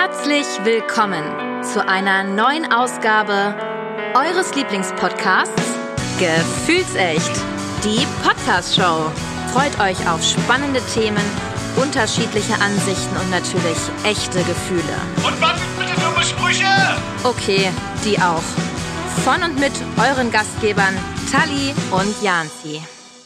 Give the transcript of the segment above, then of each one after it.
Herzlich willkommen zu einer neuen Ausgabe eures Lieblingspodcasts Gefühlsecht, die Podcast-Show. Freut euch auf spannende Themen, unterschiedliche Ansichten und natürlich echte Gefühle. Und was sind bitte dumme Sprüche? Okay, die auch. Von und mit euren Gastgebern Tali und Janzi.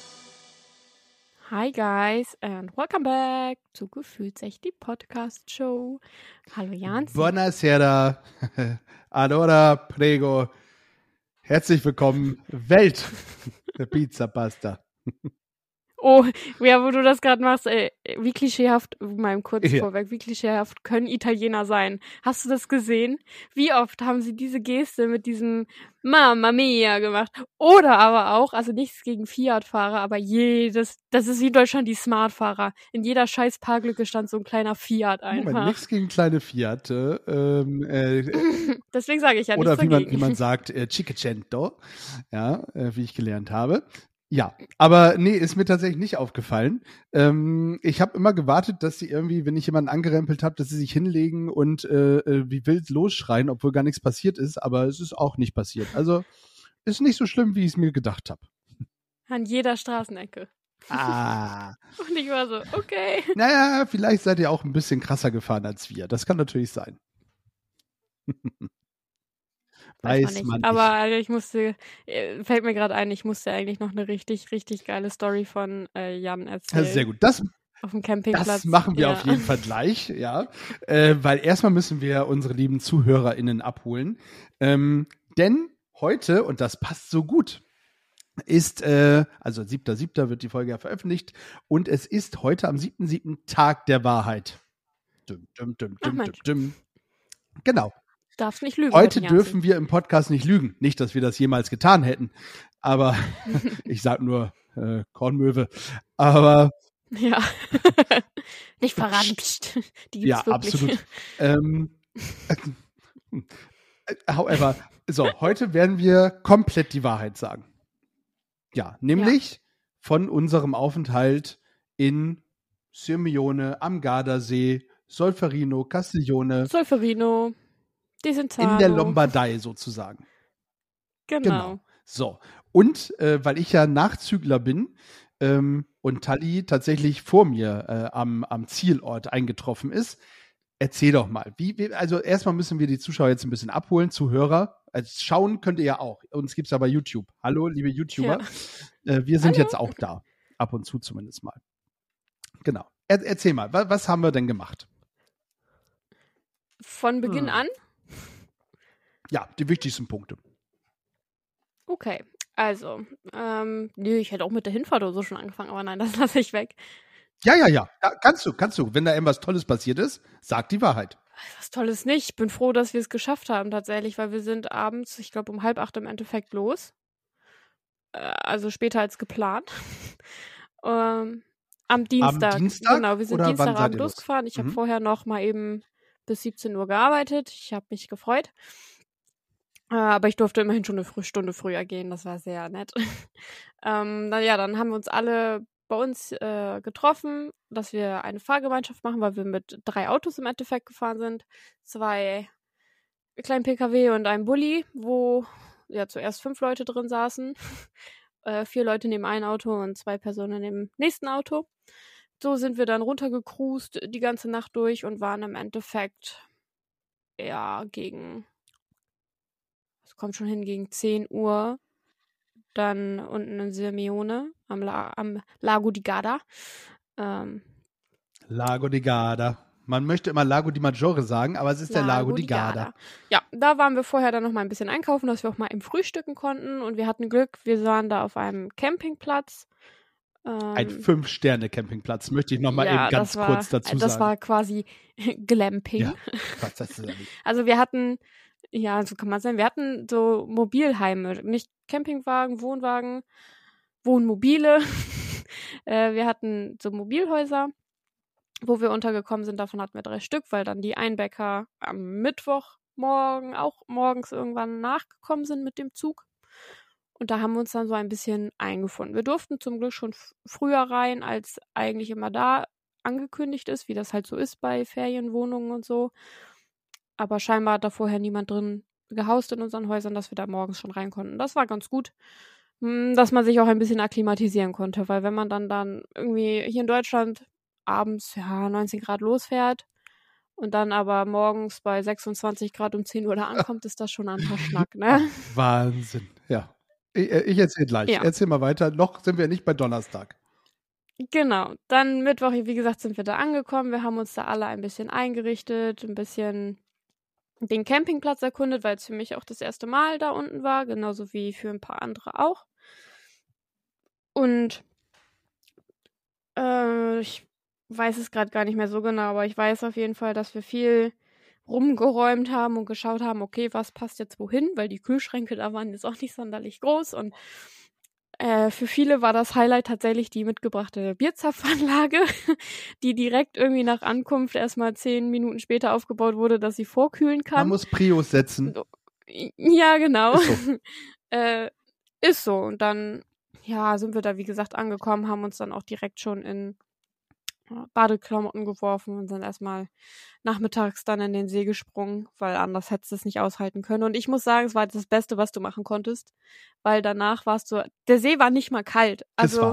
Hi guys and welcome back zu Gefühlsecht, die Podcast-Show. Hallo Janzi. Buonasera, allora prego, herzlich willkommen, Welt der Pizza Pasta. Oh, ja, wo du das gerade machst, wie klischeehaft, mal kurz Ja. vorweg, wie klischeehaft können Italiener sein? Hast du das gesehen? Wie oft haben sie diese Geste mit diesem Mamma Mia gemacht? Oder aber auch, also nichts gegen Fiat-Fahrer, aber das ist wie in Deutschland die Smart-Fahrer. In jeder scheiß Parklücke stand so ein kleiner Fiat einfach. Moment, nichts gegen kleine Fiat, Deswegen sage ich ja oder nichts wie dagegen. man sagt, Cinquecento, ja, wie ich gelernt habe. Ja, aber nee, ist mir tatsächlich nicht aufgefallen. Ich habe immer gewartet, dass sie irgendwie, wenn ich jemanden angerempelt habe, dass sie sich hinlegen und wie wild losschreien, obwohl gar nichts passiert ist, aber es ist auch nicht passiert. Also ist nicht so schlimm, wie ich es mir gedacht habe. An jeder Straßenecke. Ah, Und ich war so, okay. naja, vielleicht seid ihr auch ein bisschen krasser gefahren als wir. Das kann natürlich sein. Weiß man nicht. Aber fällt mir gerade ein, ich musste eigentlich noch eine richtig, richtig geile Story von Jan erzählen. Sehr gut. Das Auf dem Campingplatz. Das machen wir Ja. auf jeden Fall gleich, ja. Weil erstmal müssen wir unsere lieben ZuhörerInnen abholen. Denn heute, und das passt so gut, ist, also 7.7. wird die Folge ja veröffentlicht, und es ist heute am 7.7. Tag der Wahrheit. Ach, Mensch. Genau. Darfst nicht lügen. Heute Janzi. dürfen wir im Podcast nicht lügen. Nicht, dass wir das jemals getan hätten. Aber ich sag nur Kornmöwe. Aber Ja. Nicht verraten. Psst. Die gibt's ja, wirklich. absolut. However, so, heute werden wir komplett die Wahrheit sagen. Ja, nämlich von unserem Aufenthalt in Sirmione am Gardasee, Solferino, Castiglione, Solferino. Desenzano. in der Lombardei sozusagen. Genau. So, und weil ich ja Nachzügler bin und Tali tatsächlich vor mir am Zielort eingetroffen ist, erzähl doch mal. Also erstmal müssen wir die Zuschauer jetzt ein bisschen abholen, Zuhörer. Also schauen könnt ihr ja auch. Uns gibt's ja bei YouTube. Hallo, liebe YouTuber. Wir sind jetzt auch da. Ab und zu zumindest mal. Genau. Erzähl mal, was haben wir denn gemacht? Von Beginn an? Ja, die wichtigsten Punkte. Okay. Also, ich hätte auch mit der Hinfahrt oder so schon angefangen, aber nein, das lasse ich weg. Ja, kannst du. Wenn da irgendwas Tolles passiert ist, sag die Wahrheit. Was Tolles nicht. Ich bin froh, dass wir es geschafft haben tatsächlich, weil wir sind abends, ich glaube um 7:30 im Endeffekt los. Also später als geplant. Am Dienstag. Am Dienstag? Genau, wir sind Oder wann seid Dienstagabend ihr los? losgefahren. Ich habe Mhm. vorher noch mal eben bis 17 Uhr gearbeitet. Ich habe mich gefreut. Aber ich durfte immerhin schon eine Stunde früher gehen. Das war sehr nett. Dann haben wir uns alle bei uns getroffen, dass wir eine Fahrgemeinschaft machen, weil wir mit 3 Autos im Endeffekt gefahren sind. 2 kleinen PKW und einem Bulli, wo ja zuerst 5 Leute drin saßen. 4 Leute neben einem Auto und 2 Personen neben dem nächsten Auto. So sind wir dann runtergecruised die ganze Nacht durch und waren im Endeffekt gegen 10 Uhr dann unten in Sirmione am Lago di Garda. Lago di Garda. Man möchte immer Lago di Maggiore sagen, aber es ist der Lago di Garda. Ja, da waren wir vorher dann noch mal ein bisschen einkaufen, dass wir auch mal eben frühstücken konnten. Und wir hatten Glück, wir waren da auf einem Campingplatz. Ein 5-Sterne-Campingplatz, möchte ich noch mal eben ganz kurz dazu sagen. Das war quasi Glamping. Ja, was das ist ja nicht. Also wir hatten, ja, so kann man sagen, wir hatten so Mobilheime, nicht Campingwagen, Wohnwagen, Wohnmobile. Wir hatten so Mobilhäuser, wo wir untergekommen sind. Davon hatten wir 3 Stück, weil dann die Einbäcker am Mittwochmorgen auch morgens irgendwann nachgekommen sind mit dem Zug. Und da haben wir uns dann so ein bisschen eingefunden. Wir durften zum Glück schon früher rein, als eigentlich immer da angekündigt ist, wie das halt so ist bei Ferienwohnungen und so. aber scheinbar hat da vorher niemand drin gehaust in unseren Häusern, dass wir da morgens schon rein konnten. Das war ganz gut, dass man sich auch ein bisschen akklimatisieren konnte, weil wenn man dann irgendwie hier in Deutschland abends 19 Grad losfährt und dann aber morgens bei 26 Grad um 10 Uhr da ankommt, ist das schon ein anderer Schnack, ne? Wahnsinn, ja. Ich erzähle gleich. Ja. Erzähl mal weiter. Noch sind wir nicht bei Donnerstag. Genau. Dann Mittwoch, wie gesagt, sind wir da angekommen. Wir haben uns da alle ein bisschen eingerichtet, ein bisschen den Campingplatz erkundet, weil es für mich auch das erste Mal da unten war, genauso wie für ein paar andere auch. Und ich weiß es gerade gar nicht mehr so genau, aber ich weiß auf jeden Fall, dass wir viel rumgeräumt haben und geschaut haben, okay, was passt jetzt wohin, weil die Kühlschränke da waren jetzt auch nicht sonderlich groß und für viele war das Highlight tatsächlich die mitgebrachte Bierzapfanlage, die direkt irgendwie nach Ankunft erstmal 10 Minuten später aufgebaut wurde, dass sie vorkühlen kann. Man muss Prios setzen. Ja, genau. Ist so. Ist so. Und dann, sind wir da, wie gesagt, angekommen, haben uns dann auch direkt schon in Badeklamotten geworfen und sind erstmal nachmittags dann in den See gesprungen, weil anders hättest du es nicht aushalten können. Und ich muss sagen, es war das Beste, was du machen konntest, weil danach der See war nicht mal kalt. Also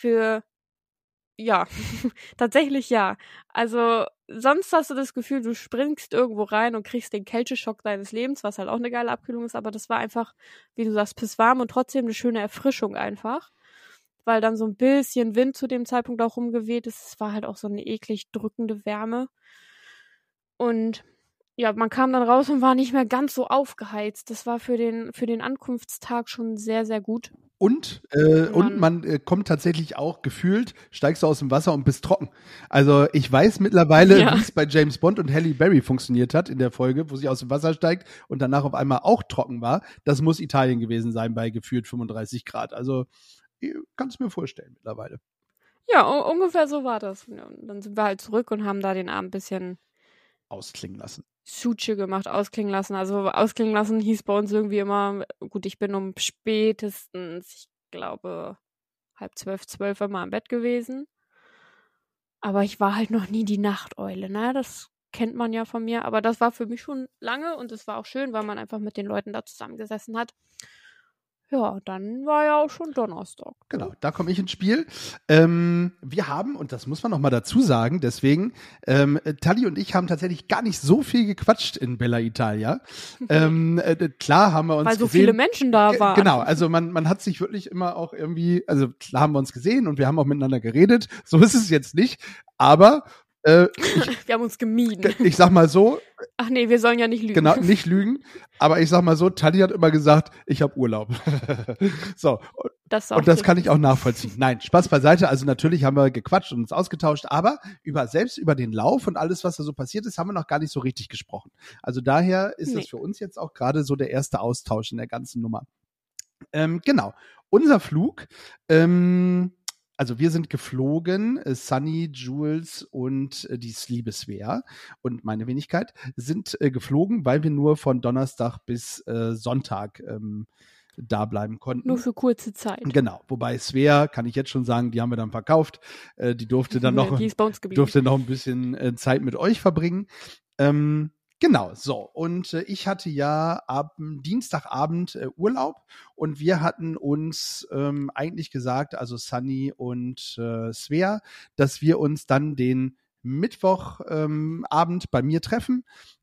tatsächlich ja. Also sonst hast du das Gefühl, du springst irgendwo rein und kriegst den Kälteschock deines Lebens, was halt auch eine geile Abkühlung ist, aber das war einfach, wie du sagst, pisswarm und trotzdem eine schöne Erfrischung einfach, weil dann so ein bisschen Wind zu dem Zeitpunkt auch rumgeweht ist. Es war halt auch so eine eklig drückende Wärme. Und ja, man kam dann raus und war nicht mehr ganz so aufgeheizt. Das war für den Ankunftstag schon sehr, sehr gut. Und man kommt tatsächlich auch gefühlt, steigst du aus dem Wasser und bist trocken. Also ich weiß mittlerweile, wie es bei James Bond und Halle Berry funktioniert hat in der Folge, wo sie aus dem Wasser steigt und danach auf einmal auch trocken war. Das muss Italien gewesen sein bei gefühlt 35 Grad. Also ich kann es mir vorstellen mittlerweile. Ja, ungefähr so war das. Und dann sind wir halt zurück und haben da den Abend ein bisschen ausklingen lassen. Suche gemacht, ausklingen lassen. Also ausklingen lassen hieß bei uns irgendwie immer, gut, ich bin um spätestens, ich glaube, 11:30, 12 immer im Bett gewesen. Aber ich war halt noch nie die Nachteule, ne? Das kennt man ja von mir. Aber das war für mich schon lange und es war auch schön, weil man einfach mit den Leuten da zusammengesessen hat. Ja, dann war ja auch schon Donnerstag. Genau, da komme ich ins Spiel. Wir haben, und das muss man noch mal dazu sagen, deswegen, Tali und ich haben tatsächlich gar nicht so viel gequatscht in Bella Italia. Klar haben wir uns weil so gesehen, viele Menschen da waren. Genau, also man hat sich wirklich immer auch irgendwie, also klar haben wir uns gesehen und wir haben auch miteinander geredet. So ist es jetzt nicht, aber wir haben uns gemieden. Ich sag mal so. Ach nee, wir sollen ja nicht lügen. Genau, nicht lügen. Aber ich sag mal so, Tali hat immer gesagt, ich habe Urlaub. So. Und das kann ich auch nachvollziehen. Nein, Spaß beiseite. Also natürlich haben wir gequatscht und uns ausgetauscht, aber selbst über den Lauf und alles, was da so passiert ist, haben wir noch gar nicht so richtig gesprochen. Also daher ist das für uns jetzt auch gerade so der erste Austausch in der ganzen Nummer. Genau. Unser Flug, also wir sind geflogen, Sunny, Jules und die liebe Svea und meine Wenigkeit sind geflogen, weil wir nur von Donnerstag bis Sonntag da bleiben konnten. Nur für kurze Zeit. Genau, wobei Svea, kann ich jetzt schon sagen, die haben wir dann verkauft. Die durfte dann noch, die ist bei uns geblieben. Durfte noch ein bisschen Zeit mit euch verbringen. Genau, so. Und ich hatte ja ab Dienstagabend Urlaub und wir hatten uns eigentlich gesagt, also Sunny und Svea, dass wir uns dann den Mittwochabend bei mir treffen,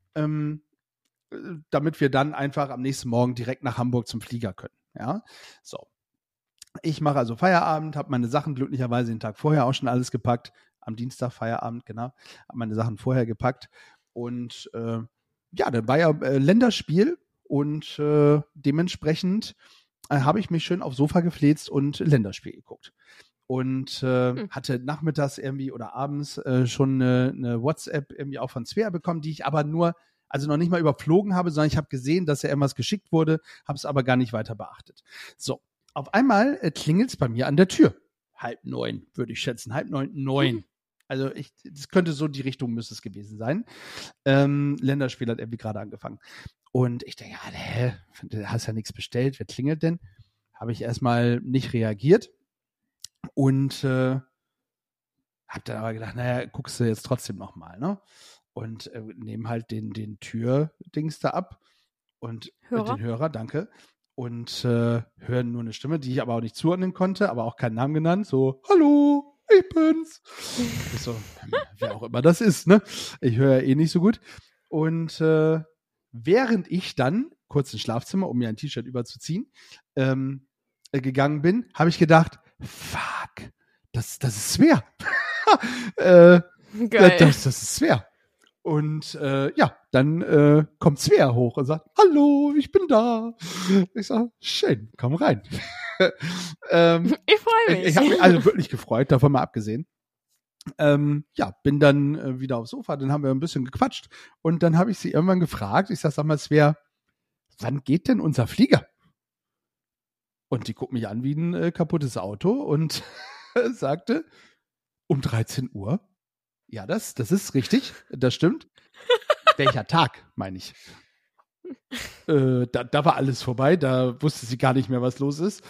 damit wir dann einfach am nächsten Morgen direkt nach Hamburg zum Flieger können. Ja, so. Ich mache also Feierabend, habe meine Sachen glücklicherweise den Tag vorher auch schon alles gepackt. Am Dienstag Feierabend, genau. Habe meine Sachen vorher gepackt. Und dann war ja Länderspiel und dementsprechend habe ich mich schön aufs Sofa gefläzt und Länderspiel geguckt. Und hatte nachmittags irgendwie oder abends schon eine WhatsApp irgendwie auch von Svea bekommen, die ich aber noch nicht mal überflogen habe, sondern ich habe gesehen, dass ja irgendwas geschickt wurde, habe es aber gar nicht weiter beachtet. So, auf einmal klingelt es bei mir an der Tür. 8:30, würde ich schätzen. 8:30, 9. Also das könnte so die Richtung müsste es gewesen sein. Länderspiel hat irgendwie gerade angefangen. Und ich denke, du hast ja nichts bestellt, wer klingelt denn? Habe ich erstmal nicht reagiert. Und hab dann aber gedacht, naja, guckst du jetzt trotzdem nochmal, ne? Und nehmen halt den Tür-Dings da ab und den Hörer, danke. Und hören nur eine Stimme, die ich aber auch nicht zuordnen konnte, aber auch keinen Namen genannt. So, hallo, ich bin's. Ich so, wer auch immer das ist, ne? Ich höre ja eh nicht so gut. Und während ich dann kurz ins Schlafzimmer, um mir ein T-Shirt überzuziehen, gegangen bin, habe ich gedacht, fuck, das ist Svea. Geil. Das ist Svea. Und dann kommt Svea hoch und sagt, hallo, ich bin da. Ich sage, schön, komm rein. Ich freue mich. Ich habe mich also wirklich gefreut, davon mal abgesehen. Bin dann wieder aufs Sofa, dann haben wir ein bisschen gequatscht und dann habe ich sie irgendwann gefragt, ich sag mal, Svea, wann geht denn unser Flieger? Und die guckt mich an wie ein kaputtes Auto und sagte, um 13 Uhr. Ja, das ist richtig, das stimmt. Welcher Tag, meine ich? Da war alles vorbei, da wusste sie gar nicht mehr, was los ist.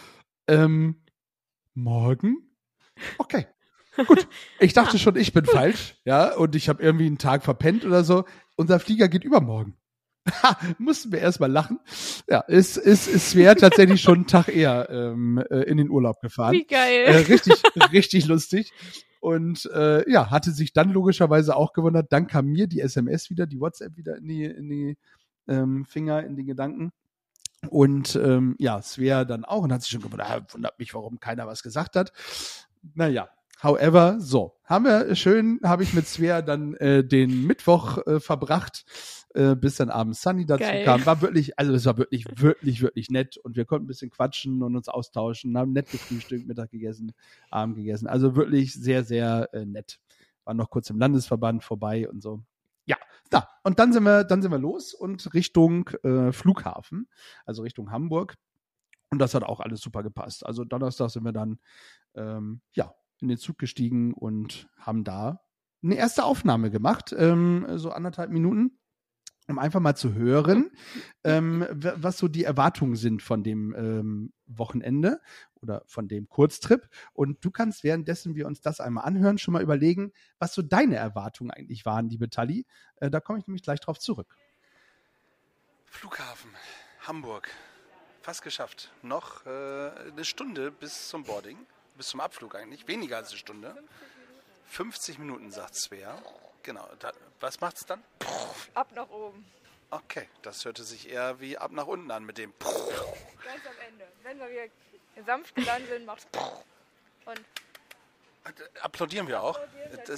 Morgen? Okay. Gut, ich dachte schon, ich bin falsch, ja, und ich habe irgendwie einen Tag verpennt oder so. Unser Flieger geht übermorgen. Mussten wir erstmal lachen. Ja, es wäre tatsächlich schon einen Tag eher in den Urlaub gefahren. Wie geil. Richtig lustig. Und hatte sich dann logischerweise auch gewundert. Dann kam mir die SMS wieder, die WhatsApp wieder in die Finger, in die Gedanken. Und Svea dann auch und hat sich schon gewundert, wundert mich, warum keiner was gesagt hat. Naja. However, so, habe ich mit Svea dann den Mittwoch verbracht, bis dann abends Sunny dazu kam. Es war wirklich, wirklich, wirklich nett und wir konnten ein bisschen quatschen und uns austauschen, haben nett gefrühstückt, Mittag gegessen, Abend gegessen. Also wirklich sehr, sehr nett. War noch kurz im Landesverband vorbei und so. Ja, und dann sind wir los und Richtung Flughafen, also Richtung Hamburg. Und das hat auch alles super gepasst. Also Donnerstag sind wir dann, in den Zug gestiegen und haben da eine erste Aufnahme gemacht, so 1,5 Minuten, um einfach mal zu hören, was so die Erwartungen sind von dem Wochenende oder von dem Kurztrip. Und du kannst, währenddessen wir uns das einmal anhören, schon mal überlegen, was so deine Erwartungen eigentlich waren, liebe Tali. Da komme ich nämlich gleich drauf zurück. Flughafen, Hamburg. Fast geschafft. Noch eine Stunde bis zum Boarding. Bis zum Abflug eigentlich. Weniger als eine Stunde. 50 Minuten, sagt Svea. Genau. Was macht's dann? Ab nach oben. Okay, das hörte sich eher wie ab nach unten an mit dem. Ganz am Ende. Wenn wir wieder sanft gelandet sind, macht's und applaudieren wir auch.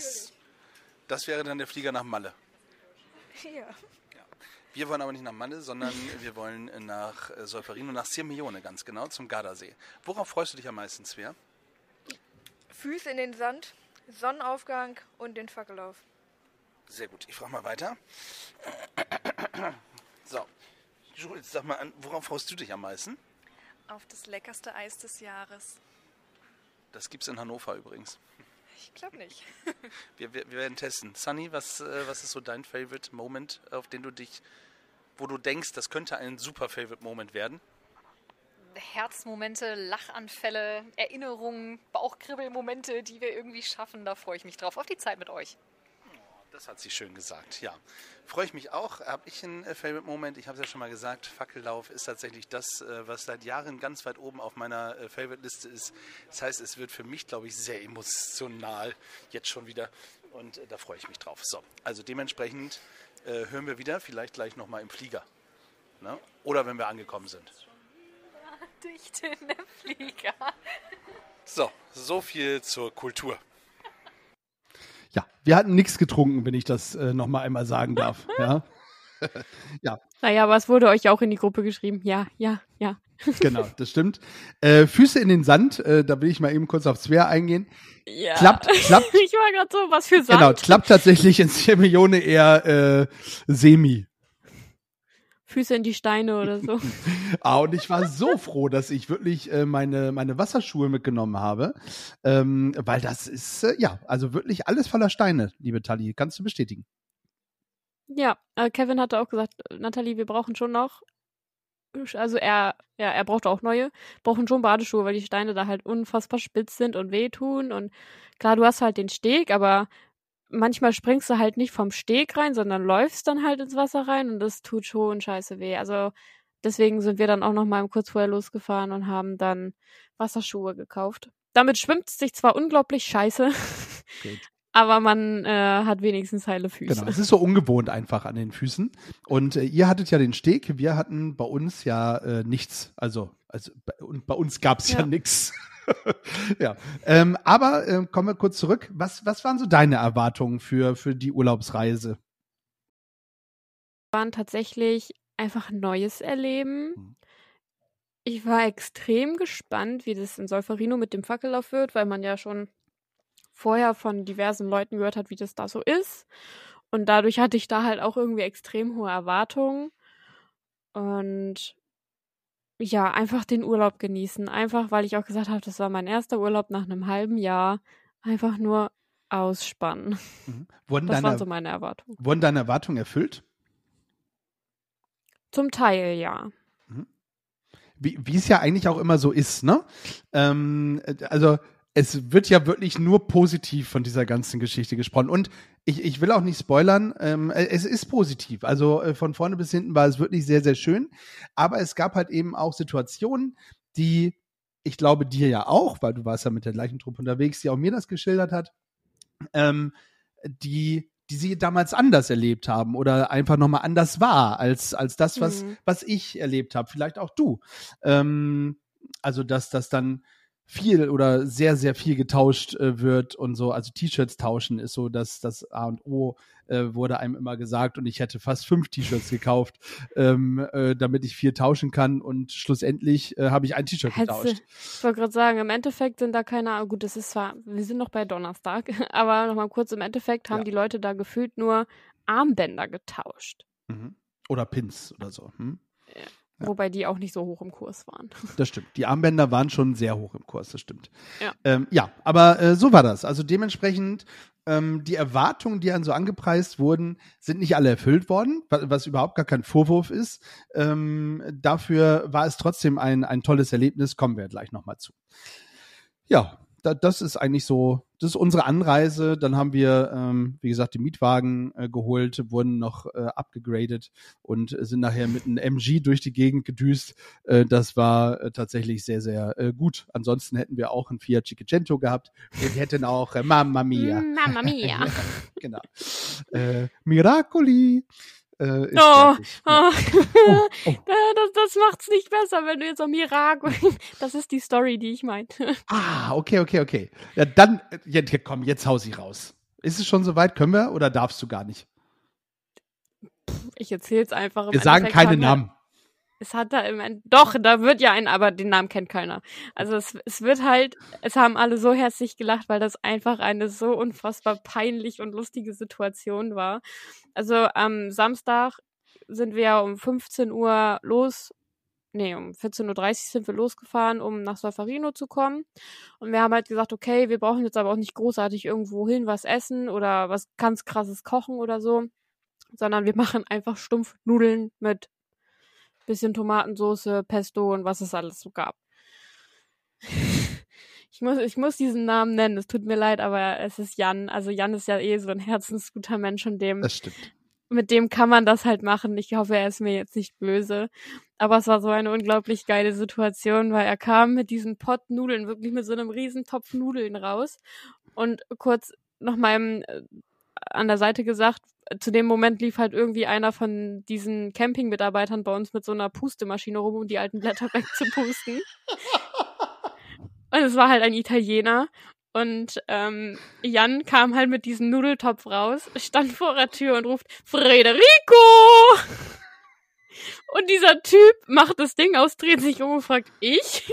Das wäre dann der Flieger nach Malle. ja. Wir wollen aber nicht nach Malle, sondern wir wollen nach Solferino, nach Sirmione ganz genau, zum Gardasee. Worauf freust du dich am meisten, Svea? Füße in den Sand, Sonnenaufgang und den Fackellauf. Sehr gut, ich frage mal weiter. So, jetzt sag mal an, worauf freust du dich am meisten? Auf das leckerste Eis des Jahres. Das gibt's in Hannover übrigens. Ich glaube nicht. Wir werden testen. Sunny, was ist so dein Favorite Moment, auf den du dich, wo du denkst, das könnte ein super Favorite Moment werden? Herzmomente, Lachanfälle, Erinnerungen, Bauchkribbelmomente, die wir irgendwie schaffen. Da freue ich mich drauf. Auf die Zeit mit euch. Das hat sie schön gesagt, ja. Freue ich mich auch. Habe ich einen Favorite Moment? Ich habe es ja schon mal gesagt, Fackellauf ist tatsächlich das, was seit Jahren ganz weit oben auf meiner Favorite-Liste ist. Das heißt, es wird für mich, glaube ich, sehr emotional jetzt schon wieder und da freue ich mich drauf. So, also dementsprechend hören wir wieder, vielleicht gleich nochmal im Flieger. Ne? Oder wenn wir angekommen sind. Dicht in der Flieger. So viel zur Kultur. Ja, wir hatten nichts getrunken, wenn ich das nochmal einmal sagen darf. Ja. Ja. Naja, aber es wurde euch auch in die Gruppe geschrieben. Ja. Genau, das stimmt. Füße in den Sand, da will ich mal eben kurz auf Svea eingehen. Ja. Klappt. Ich war gerade so, was für Sand. Genau, klappt tatsächlich in Sirmione eher semi. Füße in die Steine oder so. Und ich war so froh, dass ich wirklich meine Wasserschuhe mitgenommen habe, weil das ist, also wirklich alles voller Steine, liebe Tali. Kannst du bestätigen? Ja, Kevin hatte auch gesagt, Nathalie, wir brauchen schon noch also er brauchte auch neue, brauchen schon Badeschuhe, weil die Steine da halt unfassbar spitz sind und wehtun. Und klar, du hast halt den Steg, aber manchmal springst du halt nicht vom Steg rein, sondern läufst dann halt ins Wasser rein und das tut schon scheiße weh. Also deswegen sind wir dann auch noch mal kurz vorher losgefahren und haben dann Wasserschuhe gekauft. Damit schwimmt es sich zwar unglaublich scheiße, Gut. aber man hat wenigstens heile Füße. Genau, es ist so ungewohnt einfach an den Füßen. Und ihr hattet ja den Steg, wir hatten bei uns ja nichts. Und bei uns gab es ja nichts. Ja, aber kommen wir kurz zurück. Was waren so deine Erwartungen für die Urlaubsreise? Waren tatsächlich einfach Neues erleben. Ich war extrem gespannt, wie das in Solferino mit dem Fackellauf wird, weil man ja schon vorher von diversen Leuten gehört hat, wie das da so ist. Und dadurch hatte ich da halt auch irgendwie extrem hohe Erwartungen. Und ja, einfach den Urlaub genießen. Einfach, weil ich auch gesagt habe, das war mein erster Urlaub nach einem halben Jahr. Einfach nur ausspannen. Das waren so meine Erwartungen. Wurden deine Erwartungen erfüllt? Zum Teil, ja. Wie es ja eigentlich auch immer so ist, ne? Also es wird ja wirklich nur positiv von dieser ganzen Geschichte gesprochen. Und ich will auch nicht spoilern, es ist positiv. Also von vorne bis hinten war es wirklich sehr, sehr schön. Aber es gab halt eben auch Situationen, die, ich glaube dir ja auch, weil du warst ja mit der gleichen Truppe unterwegs, die auch mir das geschildert hat, die sie damals anders erlebt haben oder einfach nochmal anders war als das, was ich erlebt habe. Vielleicht auch du. Also, dass das dann viel oder sehr, sehr viel getauscht wird und so. Also T-Shirts tauschen ist so, dass das A und O wurde einem immer gesagt und ich hätte fast 5 T-Shirts gekauft, damit ich 4 tauschen kann und schlussendlich habe ich ein T-Shirt getauscht. Ich wollte gerade sagen, im Endeffekt sind da keine, gut, das ist zwar, wir sind noch bei Donnerstag, aber nochmal kurz, im Endeffekt haben die Leute da gefühlt nur Armbänder getauscht. Oder Pins oder so. Ja. Wobei die auch nicht so hoch im Kurs waren. Das stimmt. Die Armbänder waren schon sehr hoch im Kurs, das stimmt. Ja, Aber so war das. Also dementsprechend, die Erwartungen, die dann so angepreist wurden, sind nicht alle erfüllt worden, was überhaupt gar kein Vorwurf ist. Dafür war es trotzdem ein tolles Erlebnis, kommen wir gleich nochmal zu. Ja, das ist eigentlich so, das ist unsere Anreise. Dann haben wir, wie gesagt, die Mietwagen geholt, wurden noch abgegradet und sind nachher mit einem MG durch die Gegend gedüst. Das war tatsächlich sehr, sehr gut. Ansonsten hätten wir auch einen Fiat Cinquecento gehabt und hätten auch Mamma Mia. Mamma Mia. Genau. Miracoli. Das macht's nicht besser, wenn du jetzt am Mirakel. Das ist die Story, die ich meinte. Okay. Ja, dann, komm, jetzt hau sie raus. Ist es schon soweit? Können wir oder darfst du gar nicht? Ich erzähl's einfach. Wir sagen keine Namen. Es hat da doch, da wird ja aber den Namen kennt keiner. Also es wird halt, es haben alle so herzlich gelacht, weil das einfach eine so unfassbar peinlich und lustige Situation war. Also am Samstag sind wir ja um 15 Uhr um 14.30 Uhr sind wir losgefahren, um nach Solferino zu kommen. Und wir haben halt gesagt, okay, wir brauchen jetzt aber auch nicht großartig irgendwo hin was essen oder was ganz krasses kochen oder so, sondern wir machen einfach stumpf Nudeln mit bisschen Tomatensauce, Pesto und was es alles so gab. Ich muss diesen Namen nennen, es tut mir leid, aber es ist Jan. Also Jan ist ja so ein herzensguter Mensch und das stimmt. Mit dem kann man das halt machen. Ich hoffe, er ist mir jetzt nicht böse. Aber es war so eine unglaublich geile Situation, weil er kam mit diesem Pott Nudeln, wirklich mit so einem riesen Topf Nudeln raus und kurz noch mal an der Seite gesagt, zu dem Moment lief halt irgendwie einer von diesen Campingmitarbeitern bei uns mit so einer Pustemaschine rum, um die alten Blätter wegzupusten. Und es war halt ein Italiener. Und Jan kam halt mit diesem Nudeltopf raus, stand vor der Tür und ruft, Federico! Und dieser Typ macht das Ding aus, dreht sich um und fragt, ich?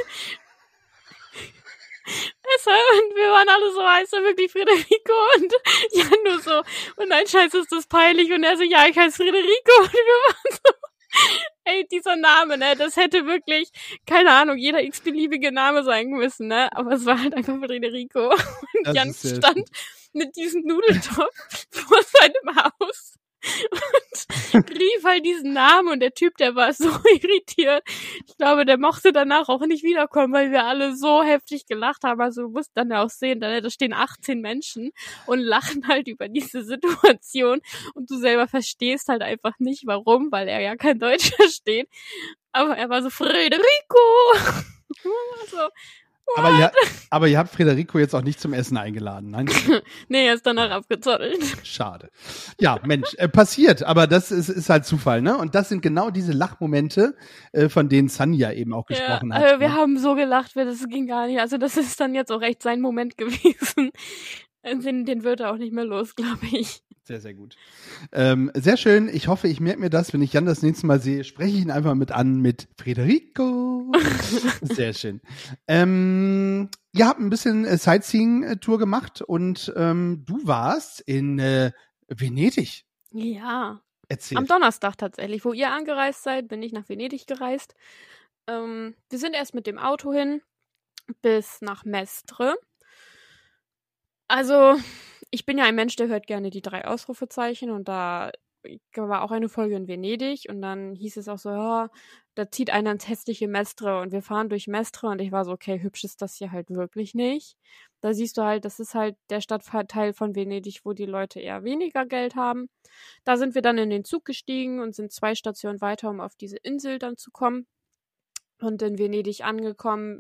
Und wir waren alle so, heißt er wirklich Federico? Und Jan nur so, und nein, scheiße, ist das peinlich. Und er so, ja, ich heiße Federico. Und wir waren so, ey, dieser Name, ne, das hätte wirklich, keine Ahnung, jeder x-beliebige Name sein müssen, ne, aber es war halt einfach Federico. Und Das Jan ist sehr stand mit diesem Nudeltopf vor seinem Haus rief halt diesen Namen und der Typ, der war so irritiert. Ich glaube, der mochte danach auch nicht wiederkommen, weil wir alle so heftig gelacht haben. Also du musst dann ja auch sehen, da stehen 18 Menschen und lachen halt über diese Situation und du selber verstehst halt einfach nicht, warum, weil er ja kein Deutsch versteht. Aber er war so, Federico! so, aber ihr habt Federico jetzt auch nicht zum Essen eingeladen, nein? nee, er ist danach abgezottelt. Schade. Ja, Mensch, passiert, aber das ist halt Zufall, ne? Und das sind genau diese Lachmomente, von denen Sanja eben auch gesprochen hat. Wir ne? haben so gelacht, das ging gar nicht. Also das ist dann jetzt auch echt sein Moment gewesen. Den wird er auch nicht mehr los, glaube ich. Sehr, sehr gut. Sehr schön. Ich hoffe, ich merke mir das, wenn ich Jan das nächste Mal sehe, spreche ich ihn einfach mit Federico. Sehr schön. Ihr habt ein bisschen Sightseeing-Tour gemacht und du warst in Venedig. Ja. Erzähl. Am Donnerstag tatsächlich. Wo ihr angereist seid, bin ich nach Venedig gereist. Wir sind erst mit dem Auto hin bis nach Mestre. Also, ich bin ja ein Mensch, der hört gerne die 3 Ausrufezeichen und da war auch eine Folge in Venedig und dann hieß es auch so, ja, da zieht einer ins hässliche Mestre und wir fahren durch Mestre und ich war so, okay, hübsch ist das hier halt wirklich nicht. Da siehst du halt, das ist halt der Stadtteil von Venedig, wo die Leute eher weniger Geld haben. Da sind wir dann in den Zug gestiegen und sind 2 Stationen weiter, um auf diese Insel dann zu kommen. Und in Venedig angekommen,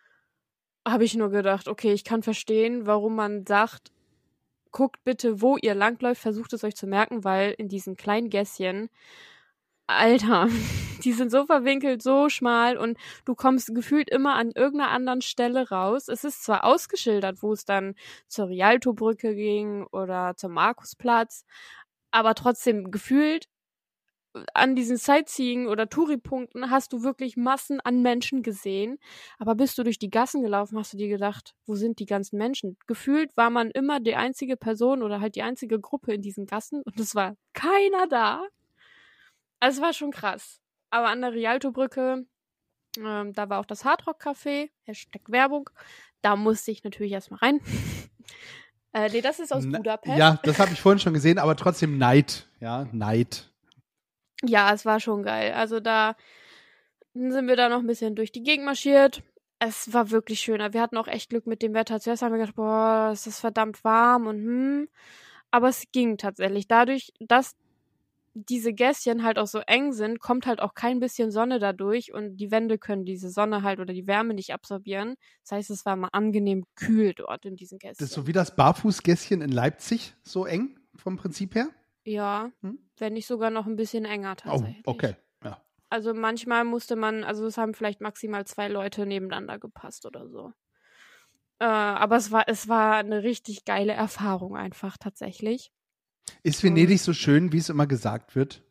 habe ich nur gedacht, okay, ich kann verstehen, warum man sagt, guckt bitte, wo ihr langläuft, versucht es euch zu merken, weil in diesen kleinen Gässchen, Alter, die sind so verwinkelt, so schmal und du kommst gefühlt immer an irgendeiner anderen Stelle raus. Es ist zwar ausgeschildert, wo es dann zur Rialto-Brücke ging oder zum Markusplatz, aber trotzdem gefühlt an diesen Sightseeing- oder Touri-Punkten hast du wirklich Massen an Menschen gesehen. Aber bist du durch die Gassen gelaufen, hast du dir gedacht, wo sind die ganzen Menschen? Gefühlt war man immer die einzige Person oder halt die einzige Gruppe in diesen Gassen und es war keiner da. Also es war schon krass. Aber an der Rialto-Brücke, da war auch das Hardrock-Café, #Werbung. Da musste ich natürlich erstmal rein. Nee, das ist aus Budapest. Ja, das habe ich vorhin schon gesehen, aber trotzdem Neid. Ja, Neid. Ja, es war schon geil. Also da sind wir da noch ein bisschen durch die Gegend marschiert. Es war wirklich schöner. Wir hatten auch echt Glück mit dem Wetter. Zuerst haben wir gedacht, boah, es ist verdammt warm und Aber es ging tatsächlich. Dadurch, dass diese Gässchen halt auch so eng sind, kommt halt auch kein bisschen Sonne dadurch und die Wände können diese Sonne halt oder die Wärme nicht absorbieren. Das heißt, es war mal angenehm kühl dort in diesen Gässchen. Das ist so wie das Barfußgässchen in Leipzig, so eng vom Prinzip her? Ja, wenn nicht sogar noch ein bisschen enger tatsächlich. Oh, okay, ja. Also manchmal musste man, also es haben vielleicht maximal 2 Leute nebeneinander gepasst oder so. Aber es war eine richtig geile Erfahrung einfach tatsächlich. Ist Venedig so schön, wie es immer gesagt wird?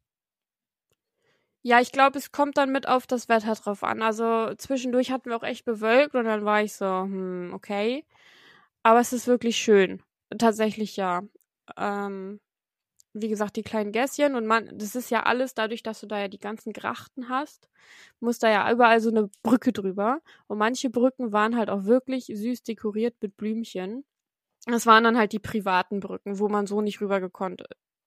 Ja, ich glaube, es kommt dann mit auf das Wetter drauf an. Also zwischendurch hatten wir auch echt bewölkt und dann war ich so, okay. Aber es ist wirklich schön. Tatsächlich ja. Wie gesagt, die kleinen Gässchen und das ist ja alles, dadurch, dass du da ja die ganzen Grachten hast, muss da ja überall so eine Brücke drüber. Und manche Brücken waren halt auch wirklich süß dekoriert mit Blümchen. Das waren dann halt die privaten Brücken, wo man so nicht rüber konnte.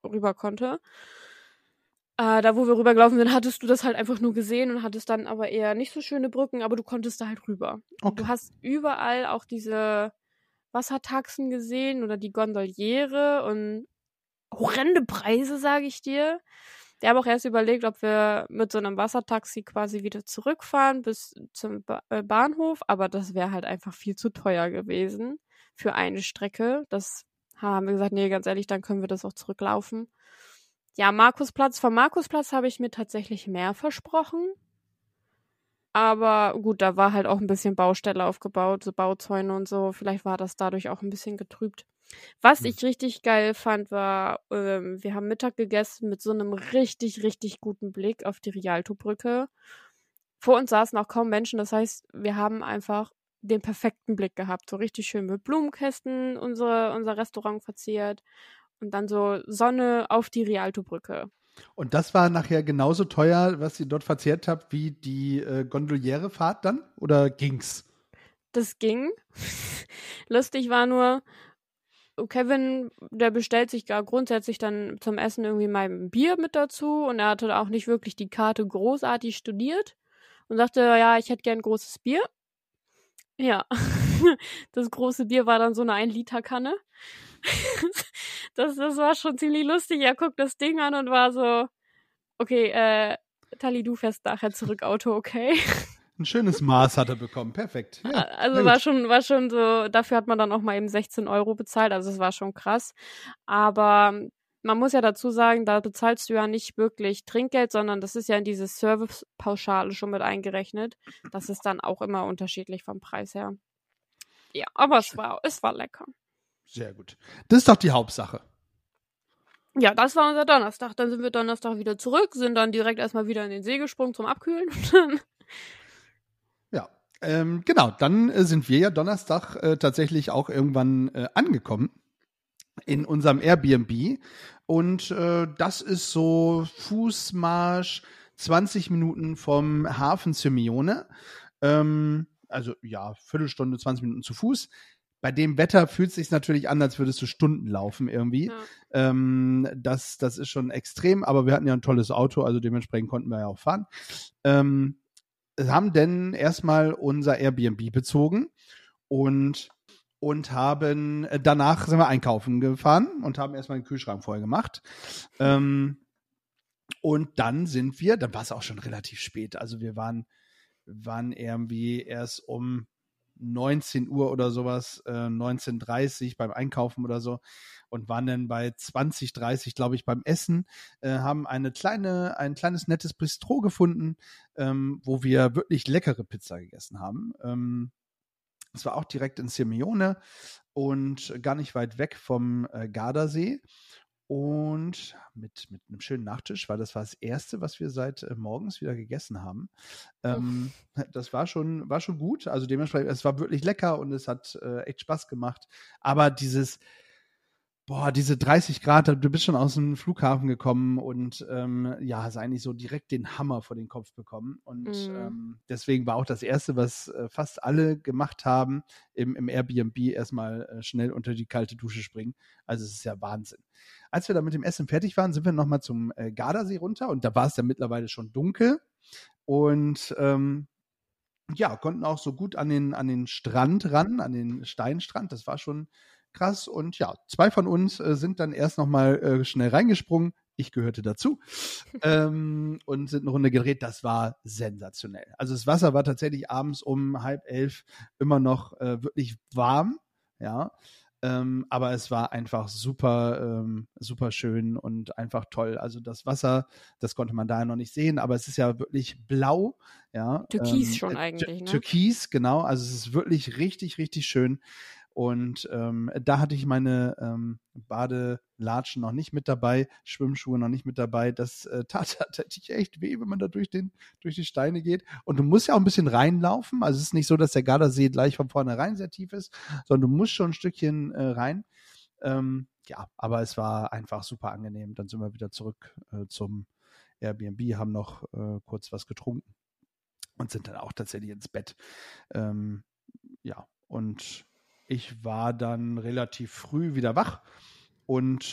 Da, wo wir rübergelaufen sind, hattest du das halt einfach nur gesehen und hattest dann aber eher nicht so schöne Brücken, aber du konntest da halt rüber. Okay. Du hast überall auch diese Wassertaxen gesehen oder die Gondoliere und horrende Preise, sage ich dir. Wir haben auch erst überlegt, ob wir mit so einem Wassertaxi quasi wieder zurückfahren bis zum Bahnhof, aber das wäre halt einfach viel zu teuer gewesen für eine Strecke. Das haben wir gesagt, nee, ganz ehrlich, dann können wir das auch zurücklaufen. Ja, Markusplatz. Vom Markusplatz habe ich mir tatsächlich mehr versprochen. Aber gut, da war halt auch ein bisschen Baustelle aufgebaut, so Bauzäune und so. Vielleicht war das dadurch auch ein bisschen getrübt. Was ich richtig geil fand, war, wir haben Mittag gegessen mit so einem richtig, richtig guten Blick auf die Rialto-Brücke. Vor uns saßen auch kaum Menschen, das heißt, wir haben einfach den perfekten Blick gehabt. So richtig schön mit Blumenkästen unser Restaurant verziert und dann so Sonne auf die Rialto-Brücke. Und das war nachher genauso teuer, was ihr dort verzehrt habt, wie die Gondolierefahrt dann? Oder ging's? Das ging. Lustig war nur, Kevin, der bestellt sich gar grundsätzlich dann zum Essen irgendwie mal ein Bier mit dazu und er hatte auch nicht wirklich die Karte großartig studiert und sagte, ja, ich hätte gern ein großes Bier. Ja, das große Bier war dann so eine 1-Liter-Kanne. Das war schon ziemlich lustig. Er guckt das Ding an und war so, okay, Tali, du fährst nachher zurück Auto, okay? Ein schönes Maß hat er bekommen. Perfekt. Ja, Also sehr gut. war schon so, dafür hat man dann auch mal eben 16 € bezahlt, also es war schon krass. Aber man muss ja dazu sagen, da bezahlst du ja nicht wirklich Trinkgeld, sondern das ist ja in diese Servicepauschale schon mit eingerechnet. Das ist dann auch immer unterschiedlich vom Preis her. Ja, aber es war lecker. Sehr gut. Das ist doch die Hauptsache. Ja, das war unser Donnerstag. Dann sind wir Donnerstag wieder zurück, sind dann direkt erstmal wieder in den See gesprungen zum Abkühlen. Ja, genau. Dann sind wir ja Donnerstag tatsächlich auch irgendwann angekommen in unserem Airbnb. Und das ist so Fußmarsch 20 Minuten vom Hafen Sirmione. Also ja, Viertelstunde, 20 Minuten zu Fuß. Bei dem Wetter fühlt es sich natürlich an, als würdest du Stunden laufen irgendwie. Ja. Das ist schon extrem, aber wir hatten ja ein tolles Auto, also dementsprechend konnten wir ja auch fahren. Haben denn erstmal unser Airbnb bezogen und haben danach sind wir einkaufen gefahren und haben erstmal den Kühlschrank voll gemacht. Und dann dann war es auch schon relativ spät. Also wir waren irgendwie erst um 19 Uhr oder sowas, 19:30 beim Einkaufen oder so und waren dann bei 20:30, glaube ich, beim Essen, haben ein kleines nettes Bistro gefunden, wo wir wirklich leckere Pizza gegessen haben. Es war auch direkt in Sirmione und gar nicht weit weg vom Gardasee. Und mit einem schönen Nachtisch, weil das war das Erste, was wir seit morgens wieder gegessen haben. Das war schon gut. Also dementsprechend, es war wirklich lecker und es hat echt Spaß gemacht. Aber diese 30 Grad, du bist schon aus dem Flughafen gekommen und hast eigentlich so direkt den Hammer vor den Kopf bekommen. Und deswegen war auch das Erste, was fast alle gemacht haben, im Airbnb erstmal schnell unter die kalte Dusche springen. Also es ist ja Wahnsinn. Als wir dann mit dem Essen fertig waren, sind wir nochmal zum Gardasee runter und da war es ja mittlerweile schon dunkel und konnten auch so gut an den Strand ran, an den Steinstrand. Das war schon krass. Und ja, 2 von uns sind dann erst nochmal schnell reingesprungen. Ich gehörte dazu. Und sind eine Runde gedreht. Das war sensationell. Also das Wasser war tatsächlich abends um 10:30 immer noch wirklich warm. Ja. Aber es war einfach super, super schön und einfach toll. Also das Wasser, das konnte man da noch nicht sehen, aber es ist ja wirklich blau. Ja, Türkis schon eigentlich, ne? Türkis, genau. Also es ist wirklich richtig, richtig schön. Und da hatte ich meine Badelatschen noch nicht mit dabei, Schwimmschuhe noch nicht mit dabei. Das tat tatsächlich echt weh, wenn man da durch die Steine geht. Und du musst ja auch ein bisschen reinlaufen. Also es ist nicht so, dass der Gardasee gleich von vornherein sehr tief ist, sondern du musst schon ein Stückchen rein. Aber es war einfach super angenehm. Dann sind wir wieder zurück zum Airbnb, haben noch kurz was getrunken und sind dann auch tatsächlich ins Bett. Und ich war dann relativ früh wieder wach und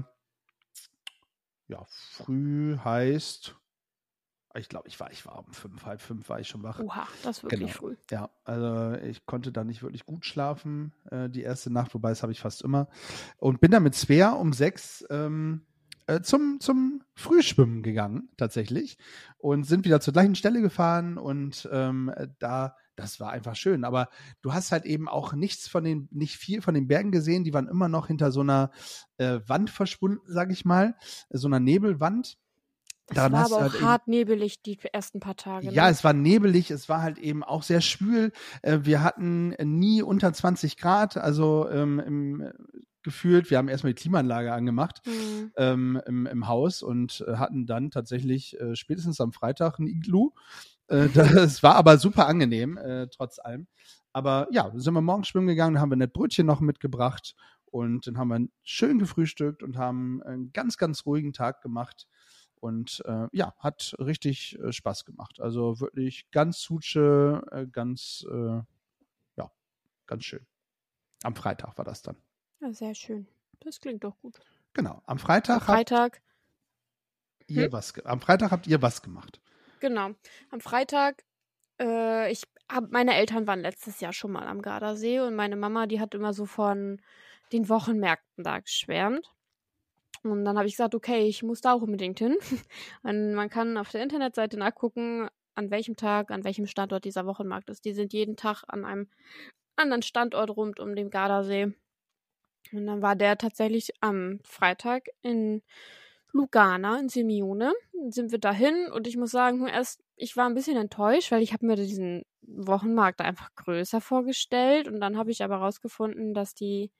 früh heißt, ich glaube, ich war um 5, halb 5 war ich schon wach. Oha, das ist wirklich früh. Ja, also ich konnte da nicht wirklich gut schlafen die erste Nacht, wobei das habe ich fast immer. Und bin dann mit Svea um 6 zum Frühschwimmen gegangen, tatsächlich. Und sind wieder zur gleichen Stelle gefahren und das war einfach schön. Aber du hast halt eben auch nicht viel von den Bergen gesehen. Die waren immer noch hinter so einer Wand verschwunden, sag ich mal. So einer Nebelwand. Es war aber auch halt hart nebelig die ersten paar Tage. Ja, es war nebelig, es war halt eben auch sehr schwül. Wir hatten nie unter 20 Grad, also gefühlt. Wir haben erstmal die Klimaanlage angemacht im Haus und hatten dann tatsächlich spätestens am Freitag ein Iglu. Das war aber super angenehm, trotz allem. Aber ja, sind wir morgens schwimmen gegangen, dann haben wir nett Brötchen noch mitgebracht und dann haben wir schön gefrühstückt und haben einen ganz, ganz ruhigen Tag gemacht. Und hat richtig Spaß gemacht. Also wirklich ganz Suche, ganz schön. Am Freitag war das dann. Ja, sehr schön. Das klingt doch gut. Genau. Am Freitag Freitag. Am Freitag habt ihr was gemacht. Genau. Am Freitag, meine Eltern waren letztes Jahr schon mal am Gardasee und meine Mama, die hat immer so von den Wochenmärkten da geschwärmt. Und dann habe ich gesagt, okay, ich muss da auch unbedingt hin. Und man kann auf der Internetseite nachgucken, an welchem Tag, an welchem Standort dieser Wochenmarkt ist. Die sind jeden Tag an einem anderen Standort rund um den Gardasee. Und dann war der tatsächlich am Freitag in Lugana in Simione. Dann sind wir dahin und ich muss sagen, ich war ein bisschen enttäuscht, weil ich habe mir diesen Wochenmarkt einfach größer vorgestellt und dann habe ich aber rausgefunden, dass die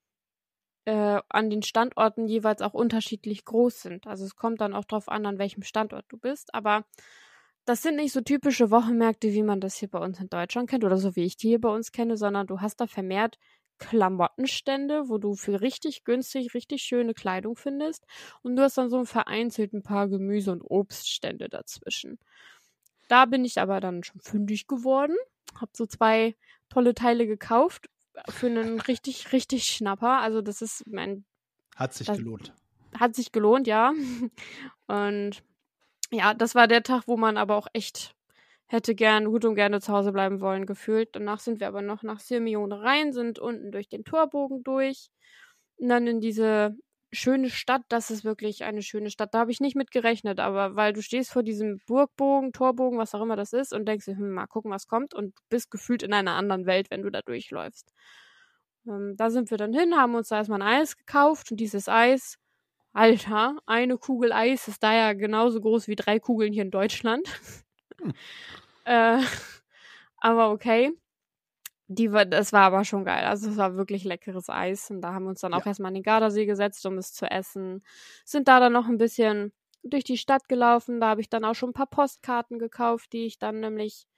an den Standorten jeweils auch unterschiedlich groß sind. Also es kommt dann auch drauf an welchem Standort du bist, aber das sind nicht so typische Wochenmärkte, wie man das hier bei uns in Deutschland kennt oder so wie ich die hier bei uns kenne, sondern du hast da vermehrt Klamottenstände, wo du für richtig günstig, richtig schöne Kleidung findest und du hast dann so vereinzelt ein paar Gemüse- und Obststände dazwischen. Da bin ich aber dann schon fündig geworden, habe so 2 tolle Teile gekauft für einen richtig, richtig Schnapper. Also das ist Hat sich gelohnt. Hat sich gelohnt, ja. Und ja, das war der Tag, wo man aber auch echt hätte gut und gerne zu Hause bleiben wollen, gefühlt. Danach sind wir aber noch nach Sirmione rein, sind unten durch den Torbogen durch und dann in diese schöne Stadt. Das ist wirklich eine schöne Stadt. Da habe ich nicht mit gerechnet, aber weil du stehst vor diesem Burgbogen, Torbogen, was auch immer das ist und denkst dir, mal gucken, was kommt und du bist gefühlt in einer anderen Welt, wenn du da durchläufst. Da sind wir dann hin, haben uns da erstmal ein Eis gekauft und dieses Eis, Alter, eine Kugel Eis ist da ja genauso groß wie 3 Kugeln hier in Deutschland. Aber okay. Das war aber schon geil. Also es war wirklich leckeres Eis. Und da haben wir uns dann auch erstmal an den Gardasee gesetzt, um es zu essen. Sind da dann noch ein bisschen durch die Stadt gelaufen. Da habe ich dann auch schon ein paar Postkarten gekauft, die ich dann nämlich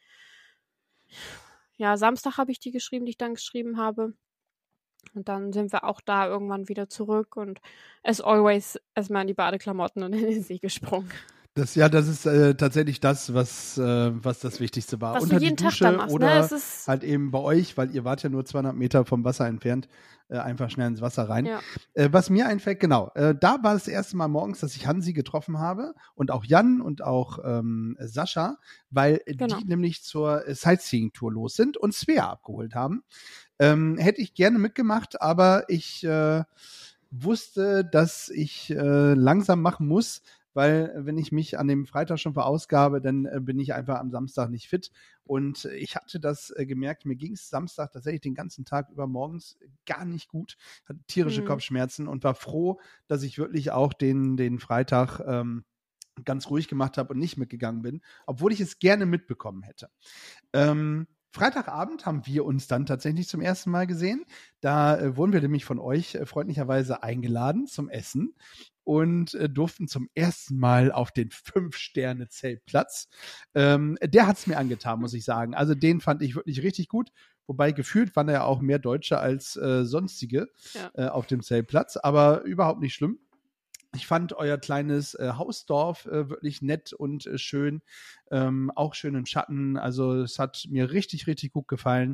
Samstag habe ich die geschrieben, die ich dann geschrieben habe. Und dann sind wir auch da irgendwann wieder zurück und as always erstmal in die Badeklamotten und in den See gesprungen. Das ist tatsächlich das, was das Wichtigste war. Was Unter du jeden die Tag Dusche da machst, oder ne? Das ist halt eben bei euch, weil ihr wart ja nur 200 Meter vom Wasser entfernt, einfach schnell ins Wasser rein. Ja. Was mir einfällt, genau, da war das erste Mal morgens, dass ich Hansi getroffen habe und auch Jan und auch Sascha, weil die nämlich zur Sightseeing-Tour los sind und Svea abgeholt haben. Hätte ich gerne mitgemacht, aber ich wusste, dass ich langsam machen muss, weil wenn ich mich an dem Freitag schon verausgabe, dann bin ich einfach am Samstag nicht fit. Und ich hatte das gemerkt, mir ging es Samstag tatsächlich den ganzen Tag über morgens gar nicht gut, hatte tierische Kopfschmerzen und war froh, dass ich wirklich auch den Freitag ganz ruhig gemacht habe und nicht mitgegangen bin, obwohl ich es gerne mitbekommen hätte. Freitagabend haben wir uns dann tatsächlich zum ersten Mal gesehen. Da wurden wir nämlich von euch freundlicherweise eingeladen zum Essen und durften zum ersten Mal auf den Hm. Fünf-Sterne-Zeltplatz. Der hat es mir angetan, muss ich sagen. Also den fand ich wirklich richtig gut. Wobei gefühlt waren da ja auch mehr Deutsche als sonstige auf dem Zeltplatz. Aber überhaupt nicht schlimm. Ich fand euer kleines Hausdorf wirklich nett und schön. Auch schön im Schatten. Also es hat mir richtig, richtig gut gefallen.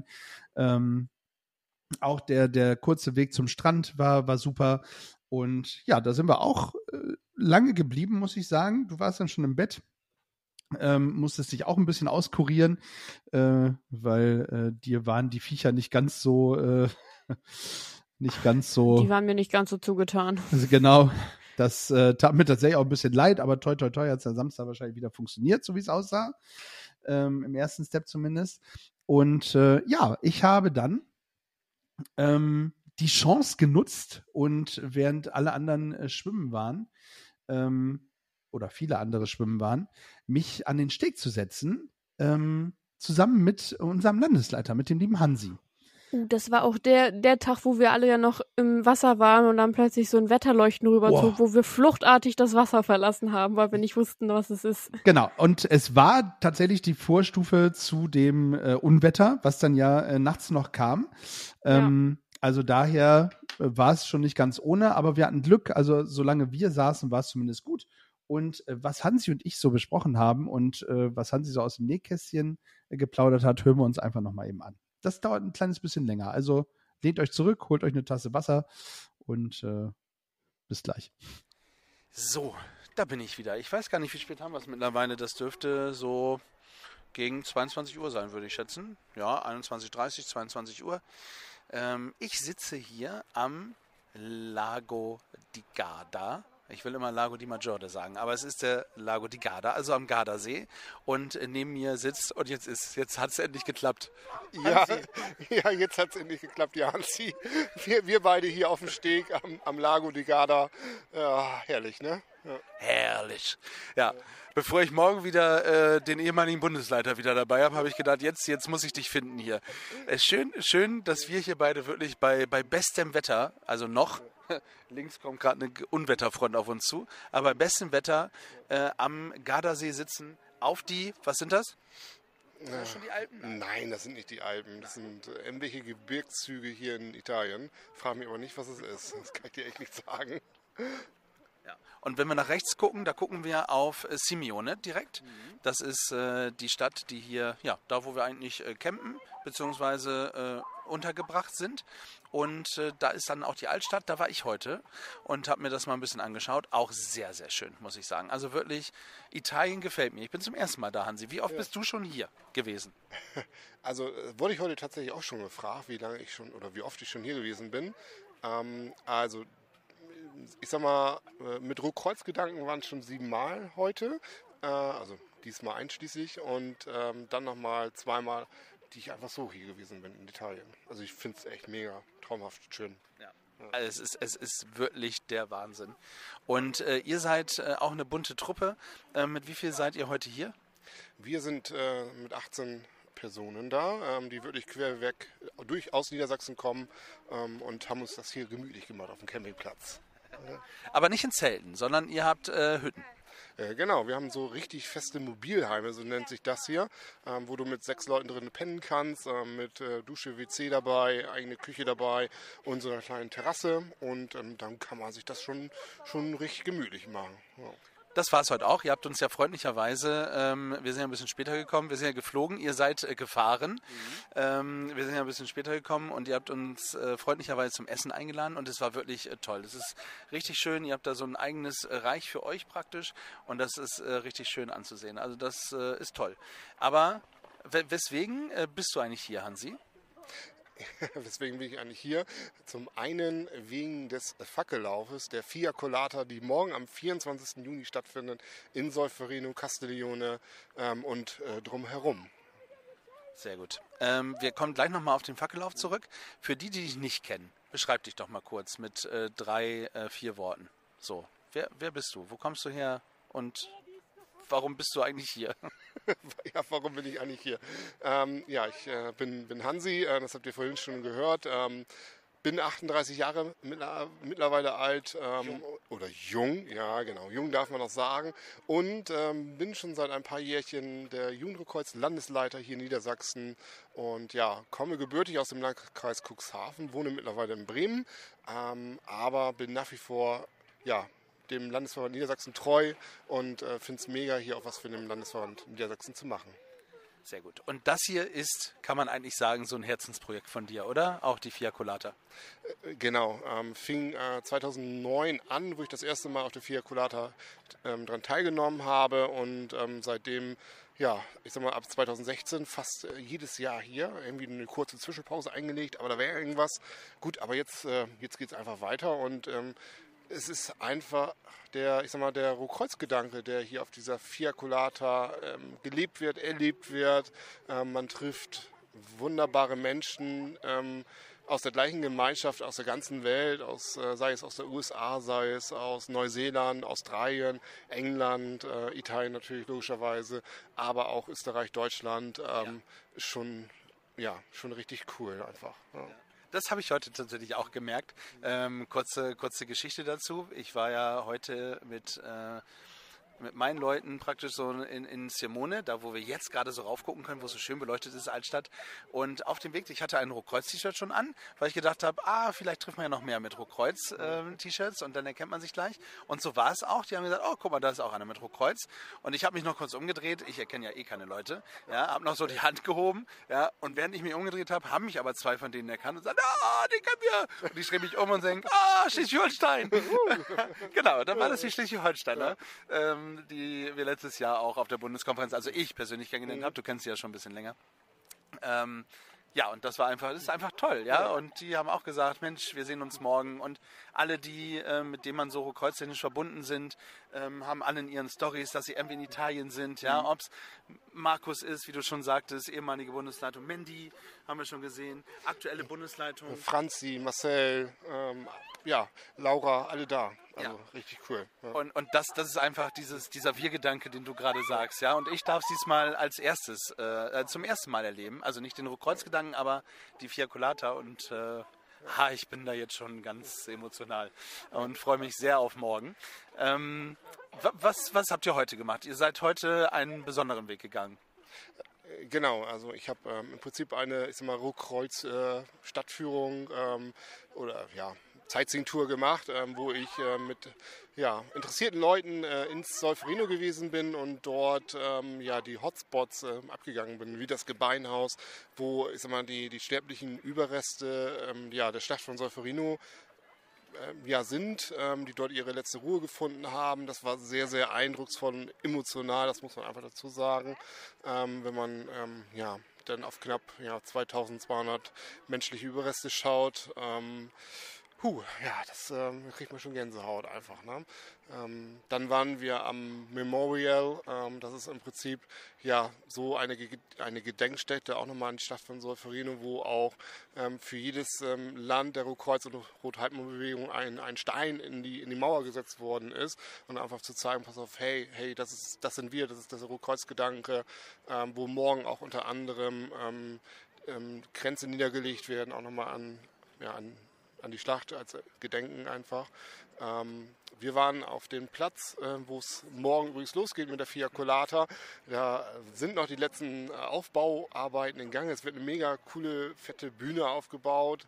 Auch der kurze Weg zum Strand war super. Und ja, da sind wir auch lange geblieben, muss ich sagen. Du warst dann schon im Bett. Musstest dich auch ein bisschen auskurieren, weil dir waren die Viecher nicht ganz so Die waren mir nicht ganz so zugetan. Also genau. Das tat mir tatsächlich auch ein bisschen leid, aber toi, toi, toi hat es am Samstag wahrscheinlich wieder funktioniert, so wie es aussah. Im ersten Step zumindest. Und ich habe dann die Chance genutzt und während alle anderen schwimmen waren, oder viele andere schwimmen waren, mich an den Steg zu setzen, zusammen mit unserem Landesleiter, mit dem lieben Hansi. Das war auch der Tag, wo wir alle ja noch im Wasser waren und dann plötzlich so ein Wetterleuchten rüberzog, wo wir fluchtartig das Wasser verlassen haben, weil wir nicht wussten, was es ist. Genau, und es war tatsächlich die Vorstufe zu dem Unwetter, was dann ja nachts noch kam. Also daher war es schon nicht ganz ohne, aber wir hatten Glück, also solange wir saßen, war es zumindest gut. Und was Hansi und ich so besprochen haben und was Hansi so aus dem Nähkästchen geplaudert hat, hören wir uns einfach nochmal eben an. Das dauert ein kleines bisschen länger, also lehnt euch zurück, holt euch eine Tasse Wasser und bis gleich. So, da bin ich wieder. Ich weiß gar nicht, wie spät haben wir es mittlerweile. Das dürfte so gegen 22 Uhr sein, würde ich schätzen. Ja, 21:30, 22 Uhr. Ich sitze hier am Lago di Garda. Ich will immer Lago di Maggiore sagen, aber es ist der Lago di Garda, also am Gardasee. Und neben mir sitzt, und jetzt hat es endlich geklappt. Ja, jetzt hat es endlich geklappt, ja, Hansi. Wir beide hier auf dem Steg am Lago di Garda. Ja, herrlich, ne? Ja. Herrlich. Ja, bevor ich morgen wieder den ehemaligen Bundesleiter wieder dabei habe, habe ich gedacht, jetzt muss ich dich finden hier. Schön, dass wir hier beide wirklich bei bestem Wetter, also noch, links kommt gerade eine Unwetterfront auf uns zu, aber bei bestem Wetter am Gardasee sitzen, auf die, was sind das? Sind das schon die Alpen? Nein, das sind nicht die Alpen. Das sind irgendwelche Gebirgszüge hier in Italien. Frag mich aber nicht, was es ist. Das kann ich dir echt nicht sagen. Ja. Und wenn wir nach rechts gucken, da gucken wir auf Simione direkt. Das ist die Stadt, die hier, ja, da wo wir eigentlich campen, beziehungsweise untergebracht sind. Und da ist dann auch die Altstadt, da war ich heute und habe mir das mal ein bisschen angeschaut. Auch sehr, sehr schön, muss ich sagen. Also wirklich, Italien gefällt mir. Ich bin zum ersten Mal da, Hansi. Wie oft bist du schon hier gewesen? Also wurde ich heute tatsächlich auch schon gefragt, wie lange ich schon oder wie oft ich schon hier gewesen bin. Also ich sag mal, mit Rotkreuzgedanken waren es schon 7 Mal heute, also diesmal einschließlich und dann nochmal 2 Mal, die ich einfach so hier gewesen bin in Italien. Also ich finde es echt mega traumhaft schön. Ja. Also es ist wirklich der Wahnsinn. Und ihr seid auch eine bunte Truppe. Mit wie viel seid ihr heute hier? Wir sind mit 18 Personen da, die wirklich querweg aus Niedersachsen kommen und haben uns das hier gemütlich gemacht auf dem Campingplatz. Aber nicht in Zelten, sondern ihr habt Hütten. Genau, wir haben so richtig feste Mobilheime, so nennt sich das hier, wo du mit 6 Leuten drin pennen kannst, mit Dusche, WC dabei, eigene Küche dabei und so einer kleinen Terrasse und dann kann man sich das schon richtig gemütlich machen. Ja. Das war es heute auch. Ihr habt uns ja freundlicherweise, wir sind ja ein bisschen später gekommen, wir sind ja geflogen, ihr seid gefahren. Wir sind ja ein bisschen später gekommen und ihr habt uns freundlicherweise zum Essen eingeladen und es war wirklich toll. Es ist richtig schön, ihr habt da so ein eigenes Reich für euch praktisch und das ist richtig schön anzusehen. Also das ist toll. Aber weswegen bist du eigentlich hier, Hansi? Weswegen bin ich eigentlich hier? Zum einen wegen des Fackellaufes der Via Colata, die morgen am 24. Juni stattfindet in Solferino, Castiglione und drumherum. Sehr gut. Wir kommen gleich nochmal auf den Fackellauf zurück. Für die dich nicht kennen, beschreib dich doch mal kurz mit 3, 4 Worten. So, wer bist du? Wo kommst du her? Und warum bist du eigentlich hier? Ja, warum bin ich eigentlich hier? Ich bin Hansi, das habt ihr vorhin schon gehört. Bin 38 Jahre mittlerweile alt oder jung, ja genau, jung darf man noch sagen. Und bin schon seit ein paar Jährchen der Jugendrotkreuz-Landesleiter hier in Niedersachsen. Und ja, komme gebürtig aus dem Landkreis Cuxhaven, wohne mittlerweile in Bremen, aber bin nach wie vor, ja, dem Landesverband Niedersachsen treu und finde es mega, hier auch was für den Landesverband Niedersachsen zu machen. Sehr gut. Und das hier ist, kann man eigentlich sagen, so ein Herzensprojekt von dir, oder? Auch die Via Colata. Genau. Fing 2009 an, wo ich das erste Mal auf der Via Colata daran teilgenommen habe und seitdem, ja, ich sag mal ab 2016 fast jedes Jahr hier. Irgendwie eine kurze Zwischenpause eingelegt, aber da wäre irgendwas. Gut, aber jetzt geht es einfach weiter und es ist einfach der Rotkreuz-Gedanke, der hier auf dieser Via Colata gelebt wird, erlebt wird. Man trifft wunderbare Menschen aus der gleichen Gemeinschaft, aus der ganzen Welt, sei es aus der USA, sei es aus Neuseeland, Australien, England, Italien natürlich logischerweise, aber auch Österreich, Deutschland. Schon richtig cool einfach. Ja. Das habe ich heute tatsächlich auch gemerkt. Kurze Geschichte dazu. Ich war ja heute mit mit meinen Leuten praktisch so in Simone, da wo wir jetzt gerade so raufgucken können, wo es so schön beleuchtet ist, Altstadt. Und auf dem Weg, ich hatte ein Rotkreuz-T-Shirt schon an, weil ich gedacht habe, vielleicht trifft man ja noch mehr mit Rotkreuz-T-Shirts und dann erkennt man sich gleich. Und so war es auch. Die haben gesagt, oh, guck mal, da ist auch einer mit Rotkreuz. Und ich habe mich noch kurz umgedreht. Ich erkenne ja keine Leute. Ja, habe noch so die Hand gehoben. Ja, und während ich mich umgedreht habe, haben mich aber 2 von denen erkannt und gesagt, den kennen wir. Und die drehen mich um und sagen, Schleswig-Holstein. Genau, dann war das die Schleswig-Holsteiner, die wir letztes Jahr auch auf der Bundeskonferenz, also ich persönlich kennengelernt habe. Du kennst sie ja schon ein bisschen länger. Ja, und das ist einfach toll, ja. Und die haben auch gesagt, Mensch, wir sehen uns morgen. Und alle, die, mit denen man so kreuztechnisch verbunden sind, haben alle in ihren Storys, dass sie irgendwie in Italien sind, ja. Ob es Markus ist, wie du schon sagtest, ehemalige Bundesleitung, Mandy, haben wir schon gesehen, aktuelle Bundesleitung. Franzi, Marcel, Laura, alle da. Also richtig cool. Ja. Und das ist einfach dieser Wir-Gedanke, den du gerade sagst, ja. Und ich darf es diesmal als erstes, zum ersten Mal erleben. Also nicht den Kreuzgedanken, aber die Fiacolata. Und ich bin da jetzt schon ganz emotional und freue mich sehr auf morgen. Was habt ihr heute gemacht? Ihr seid heute einen besonderen Weg gegangen. Genau, also ich habe im Prinzip eine, Rotkreuz-Stadtführung Sightseeing-Tour gemacht, wo ich mit interessierten Leuten ins Solferino gewesen bin und dort die Hotspots abgegangen bin, wie das Gebeinhaus, wo die sterblichen Überreste der Stadt von Solferino sind, die dort ihre letzte Ruhe gefunden haben. Das war sehr, sehr eindrucksvoll und emotional, das muss man einfach dazu sagen, wenn man dann auf knapp 2200 menschliche Überreste schaut. Das kriegt man schon Gänsehaut einfach. Ne? Dann waren wir am Memorial, das ist im Prinzip so eine Gedenkstätte, auch nochmal in die Stadt von Solferino, wo auch für jedes Land der Rotkreuz- und Rothalbmondbewegung ein Stein in die Mauer gesetzt worden ist und einfach zu zeigen, pass auf, hey, das sind wir, das ist der Rotkreuzgedanke, wo morgen auch unter anderem Kränze niedergelegt werden, auch nochmal an die Schlacht als Gedenken einfach. Wir waren auf dem Platz, wo es morgen übrigens losgeht mit der Fiacolata. Da sind noch die letzten Aufbauarbeiten in Gang. Es wird eine mega coole, fette Bühne aufgebaut.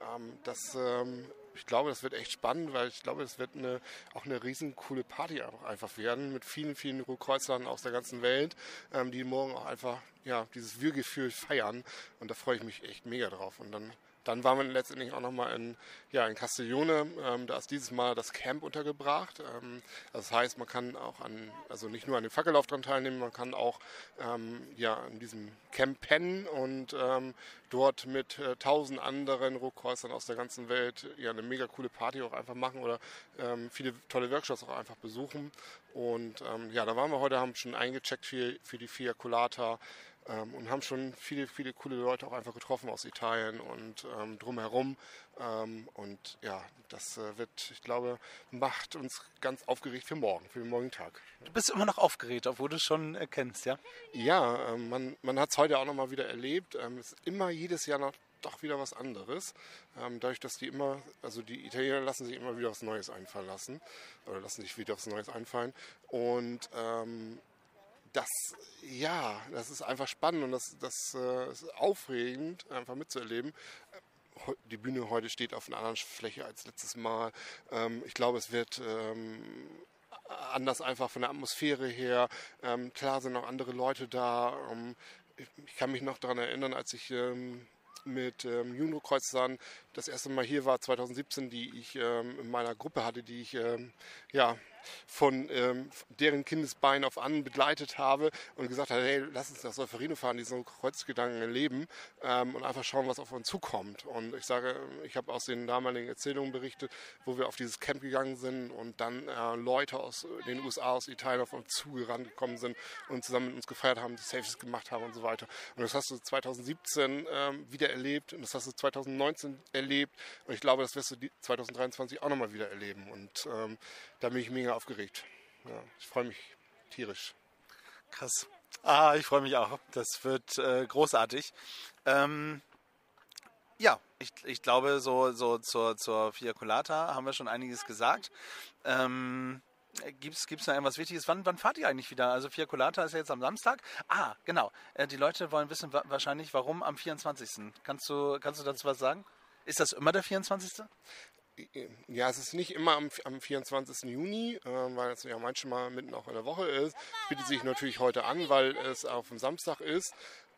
Ich glaube, das wird echt spannend, weil ich glaube, das wird auch eine riesen coole Party einfach werden mit vielen, vielen Rotkreuzlern aus der ganzen Welt, die morgen auch einfach dieses Wir-Gefühl feiern. Und da freue ich mich echt mega drauf. Und dann waren wir letztendlich auch nochmal in Castiglione. Da ist dieses Mal das Camp untergebracht. Das heißt, man kann auch nicht nur an dem Fackellauf dran teilnehmen, man kann auch in diesem Camp pennen und dort mit 1000 anderen Rotkreuzern aus der ganzen Welt eine mega coole Party auch einfach machen oder viele tolle Workshops auch einfach besuchen. Und da waren wir heute, haben schon eingecheckt für die Fiacolata. Und haben schon viele, viele coole Leute auch einfach getroffen aus Italien und drumherum. Das ich glaube, macht uns ganz aufgeregt für den morgigen Tag. Du bist immer noch aufgeregt, obwohl du es schon kennst, ja? Ja, man hat es heute auch nochmal wieder erlebt. Es ist immer jedes Jahr noch doch wieder was anderes. Dadurch, dass die Italiener lassen sich immer wieder was Neues einfallen lassen. Oder lassen sich wieder was Neues einfallen. Und das ist einfach spannend und das ist aufregend, einfach mitzuerleben. Die Bühne heute steht auf einer anderen Fläche als letztes Mal. Ich glaube, es wird anders einfach von der Atmosphäre her. Klar sind noch andere Leute da. Ich kann mich noch daran erinnern, als ich mit Jugendrotkreuzern das erste Mal hier war, 2017, die ich in meiner Gruppe hatte, die ich von deren Kindesbein auf an begleitet habe und gesagt habe, hey, lass uns nach Solferino fahren, diesen Kreuzgedanken erleben und einfach schauen, was auf uns zukommt. Und ich sage, ich habe aus den damaligen Erzählungen berichtet, wo wir auf dieses Camp gegangen sind und dann Leute aus den USA, aus Italien auf uns zugerannt gekommen sind und zusammen mit uns gefeiert haben, die Selfies gemacht haben und so weiter. Und das hast du 2017 wieder erlebt und das hast du 2019 erlebt und ich glaube, das wirst du 2023 auch nochmal wieder erleben und da bin ich mega aufgeregt. Ja, ich freue mich tierisch. Krass. Ich freue mich auch. Das wird großartig. Ich glaube, so zur Fiacolata haben wir schon einiges gesagt. Gibt's da irgendwas Wichtiges? Wann fahrt ihr eigentlich wieder? Also Via Colata ist ja jetzt am Samstag. Ah, genau. Die Leute wollen wissen wahrscheinlich, warum am 24. Kannst du dazu was sagen? Ist das immer der 24.? Ja, es ist nicht immer am 24. Juni, weil es ja manchmal mitten auch in der Woche ist. Bietet sich natürlich heute an, weil es auf dem Samstag ist.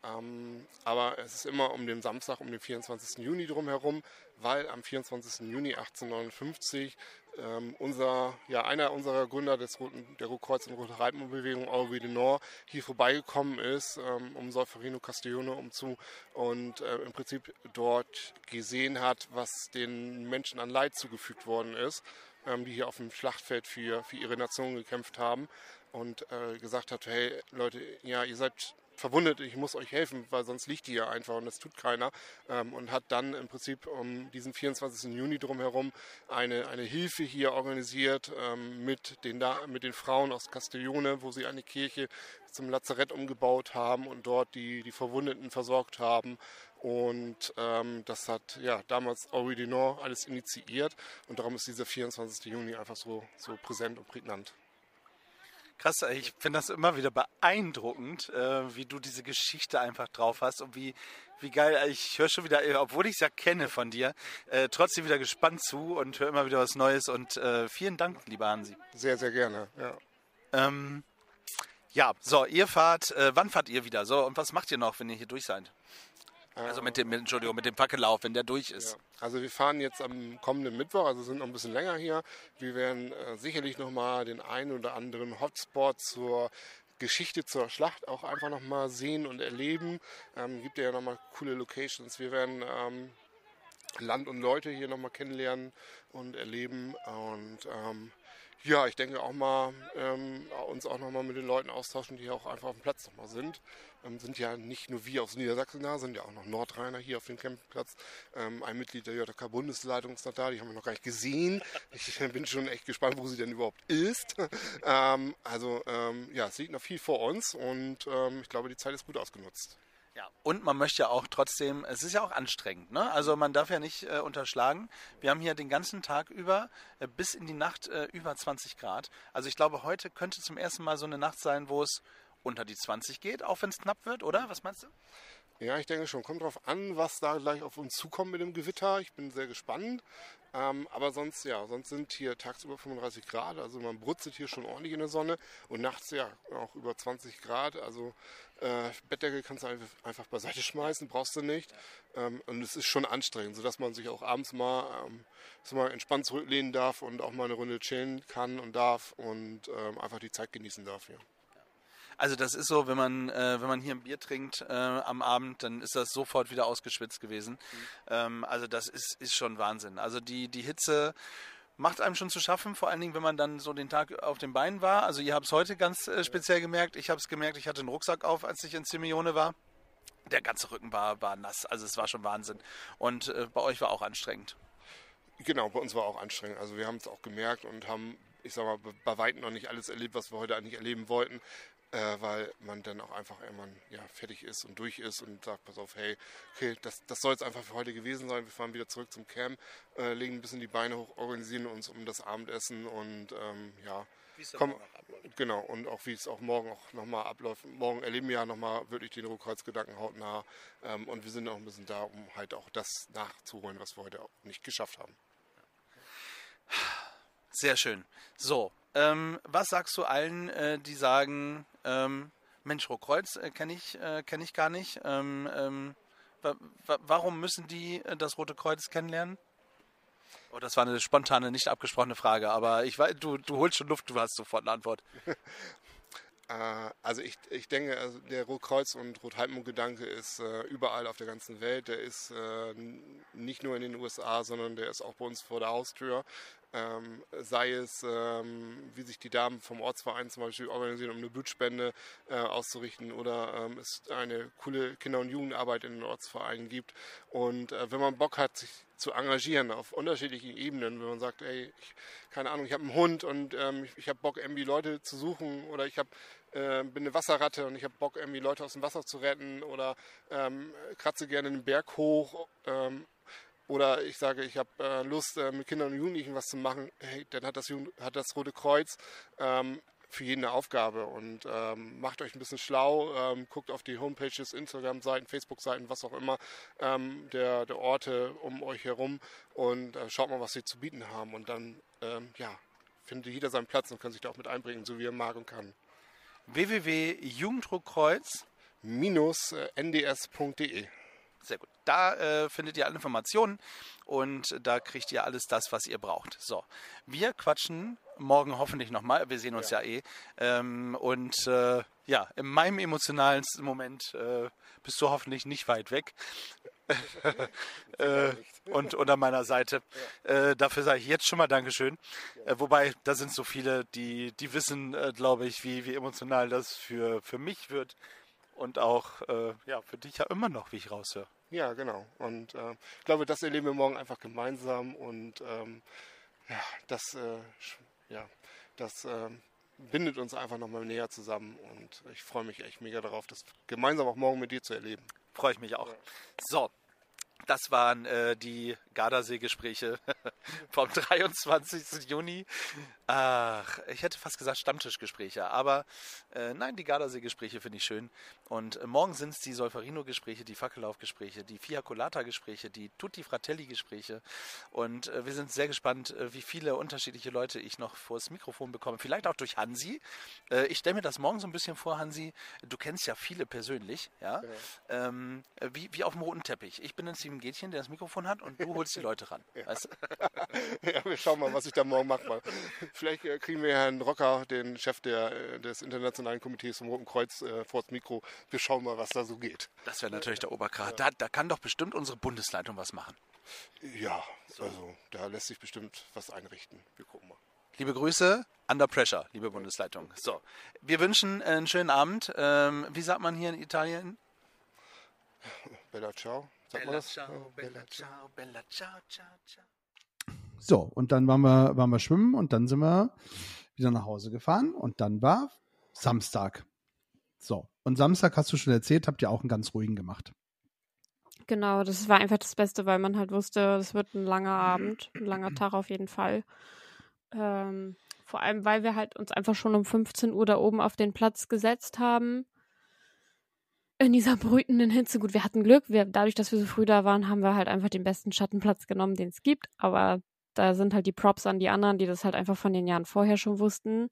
Aber es ist immer um den Samstag, um den 24. Juni drumherum, weil am 24. Juni 1859 einer unserer Gründer der Rotkreuz- und Rote-Reitmond-Bewegung, Henri de Nord, hier vorbeigekommen ist, um Solferino Castiglione und im Prinzip dort gesehen hat, was den Menschen an Leid zugefügt worden ist, die hier auf dem Schlachtfeld für ihre Nation gekämpft haben und gesagt hat, hey Leute, ja, ihr seid verwundet, ich muss euch helfen, weil sonst liegt ihr einfach und das tut keiner. Und hat dann im Prinzip um diesen 24. Juni drumherum eine Hilfe hier organisiert mit den Frauen aus Castiglione, wo sie eine Kirche zum Lazarett umgebaut haben und dort die Verwundeten versorgt haben. Und das hat ja damals Henri de Nord alles initiiert und darum ist dieser 24. Juni einfach so präsent und prägnant. Krass, ich finde das immer wieder beeindruckend, wie du diese Geschichte einfach drauf hast und wie geil, ich höre schon wieder, obwohl ich es ja kenne von dir, trotzdem wieder gespannt zu und höre immer wieder was Neues und vielen Dank, lieber Hansi. Sehr, sehr gerne, ja. Ja, so, ihr fahrt, wann fahrt ihr wieder? So, und was macht ihr noch, wenn ihr hier durch seid? Also mit dem Fackellauf, wenn der durch ist. Ja. Also wir fahren jetzt am kommenden Mittwoch, also sind noch ein bisschen länger hier. Wir werden sicherlich nochmal den einen oder anderen Hotspot zur Geschichte zur Schlacht auch einfach nochmal sehen und erleben. Gibt ja nochmal coole Locations. Wir werden Land und Leute hier nochmal kennenlernen und erleben. Und ja, ich denke auch mal, uns auch nochmal mit den Leuten austauschen, die hier auch einfach auf dem Platz nochmal sind. Sind ja nicht nur wir aus Niedersachsen da, sind ja auch noch Nordrheiner hier auf dem Campingplatz. Ein Mitglied der JK-Bundesleitung ist noch da, die haben wir noch gar nicht gesehen. Ich bin schon echt gespannt, wo sie denn überhaupt ist. Ja, es liegt noch viel vor uns und ich glaube, die Zeit ist gut ausgenutzt. Ja, und man möchte ja auch trotzdem, es ist ja auch anstrengend, ne? Also man darf ja nicht unterschlagen. Wir haben hier den ganzen Tag über, bis in die Nacht über 20 Grad. Also ich glaube, heute könnte zum ersten Mal so eine Nacht sein, wo es unter die 20 geht, auch wenn es knapp wird, oder? Was meinst du? Ja, ich denke schon. Kommt drauf an, was da gleich auf uns zukommt mit dem Gewitter. Ich bin sehr gespannt. Aber sonst sind hier tagsüber 35 Grad. Also man brutzelt hier schon ordentlich in der Sonne. Und nachts ja auch über 20 Grad. Also Bettdecke kannst du einfach beiseite schmeißen, brauchst du nicht. Und es ist schon anstrengend, sodass man sich auch abends mal entspannt zurücklehnen darf und auch mal eine Runde chillen kann und darf und einfach die Zeit genießen darf. Ja. Also das ist so, wenn man hier ein Bier trinkt am Abend, dann ist das sofort wieder ausgeschwitzt gewesen. Also das ist schon Wahnsinn. Also die Hitze macht einem schon zu schaffen, vor allen Dingen, wenn man dann so den Tag auf den Beinen war. Also ihr habt es heute ganz speziell gemerkt. Ich habe es gemerkt, ich hatte einen Rucksack auf, als ich in Simeone war. Der ganze Rücken war nass. Also es war schon Wahnsinn. Und bei euch war auch anstrengend. Genau, bei uns war auch anstrengend. Also wir haben es auch gemerkt und haben, ich sag mal, bei weitem noch nicht alles erlebt, was wir heute eigentlich erleben wollten. Weil man dann auch einfach irgendwann fertig ist und durch ist und sagt, pass auf, hey, okay, das soll jetzt einfach für heute gewesen sein. Wir fahren wieder zurück zum Camp, legen ein bisschen die Beine hoch, organisieren uns um das Abendessen und genau, und auch wie es auch morgen auch nochmal abläuft. Morgen erleben wir ja nochmal wirklich den Rotkreuz-Gedanken hautnah und wir sind auch ein bisschen da, um halt auch das nachzuholen, was wir heute auch nicht geschafft haben. Sehr schön. So, was sagst du allen, die sagen, Mensch, Rotkreuz kenne ich gar nicht. Warum müssen die das Rote Kreuz kennenlernen? Oh, das war eine spontane, nicht abgesprochene Frage, aber ich weiß, du holst schon Luft, du hast sofort eine Antwort. Also ich denke, also der Rotkreuz- und Rothalbmond-Gedanke ist überall auf der ganzen Welt. Der ist nicht nur in den USA, sondern der ist auch bei uns vor der Haustür. Sei es, wie sich die Damen vom Ortsverein zum Beispiel organisieren, um eine Blutspende auszurichten oder es eine coole Kinder- und Jugendarbeit in den Ortsvereinen gibt. Und wenn man Bock hat, sich zu engagieren auf unterschiedlichen Ebenen, wenn man sagt, ey, keine Ahnung, ich habe einen Hund und ich habe Bock, irgendwie Leute zu suchen oder ich bin eine Wasserratte und ich habe Bock, irgendwie Leute aus dem Wasser zu retten oder kratze gerne einen Berg hoch oder ich sage, ich habe Lust, mit Kindern und Jugendlichen was zu machen, hey, dann hat das Rote Kreuz für jeden eine Aufgabe und macht euch ein bisschen schlau, guckt auf die Homepages, Instagram-Seiten, Facebook-Seiten, was auch immer, der Orte um euch herum und schaut mal, was sie zu bieten haben und dann, findet jeder seinen Platz und kann sich da auch mit einbringen, so wie er mag und kann. www.jugendruckkreuz-nds.de. Sehr gut. Da findet ihr alle Informationen und da kriegt ihr alles das, was ihr braucht. So, wir quatschen morgen hoffentlich nochmal. Wir sehen uns ja eh. In meinem emotionalsten Moment bist du hoffentlich nicht weit weg. Und an meiner Seite. Dafür sage ich jetzt schon mal Dankeschön. Wobei, da sind so viele, die wissen, glaube ich, wie emotional das für mich wird. Und auch für dich ja immer noch, wie ich raushöre. Ja, genau. Und ich glaube, das erleben wir morgen einfach gemeinsam. Und das bindet uns einfach nochmal näher zusammen. Und ich freue mich echt mega darauf, das gemeinsam auch morgen mit dir zu erleben. Freue ich mich auch. So, das waren die Gardasee-Gespräche vom 23. Juni. Ach, ich hätte fast gesagt Stammtischgespräche, aber nein, die Gardasee-Gespräche finde ich schön. Und morgen sind es die Solferino-Gespräche, die Fackellauf-Gespräche, die Fiacolata-Gespräche, die Tutti Fratelli-Gespräche. Und wir sind sehr gespannt, wie viele unterschiedliche Leute ich noch vors Mikrofon bekomme. Vielleicht auch durch Hansi. Ich stelle mir das morgen so ein bisschen vor, Hansi. Du kennst ja viele persönlich, ja? Ja. Wie auf dem roten Teppich. Ich bin ein Steven Gätchen, der das Mikrofon hat und du holst die Leute ran. Ja. Weißt du? Ja, wir schauen mal, was ich da morgen mache. Vielleicht kriegen wir Herrn Rocker, den Chef des Internationalen Komitees vom Roten Kreuz, vors Mikro. Wir schauen mal, was da so geht. Das wäre natürlich der Oberkracher. Ja. Da kann doch bestimmt unsere Bundesleitung was machen. Ja, also da lässt sich bestimmt was einrichten. Wir gucken mal. Liebe Grüße, under pressure, liebe Bundesleitung. So, wir wünschen einen schönen Abend. Wie sagt man hier in Italien? Bella ciao. Sagt man das? Ciao, bella ciao, bella ciao, ciao, ciao. So, und dann waren wir schwimmen und dann sind wir wieder nach Hause gefahren und dann war Samstag. So, und Samstag, hast du schon erzählt, habt ihr auch einen ganz ruhigen gemacht. Genau, das war einfach das Beste, weil man halt wusste, es wird ein langer Abend, ein langer Tag auf jeden Fall. Vor allem, weil wir halt uns einfach schon um 15 Uhr da oben auf den Platz gesetzt haben. In dieser brütenden Hitze. Gut, wir hatten Glück. Dadurch, dass wir so früh da waren, haben wir halt einfach den besten Schattenplatz genommen, den es gibt. Aber da sind halt die Props an die anderen, die das halt einfach von den Jahren vorher schon wussten.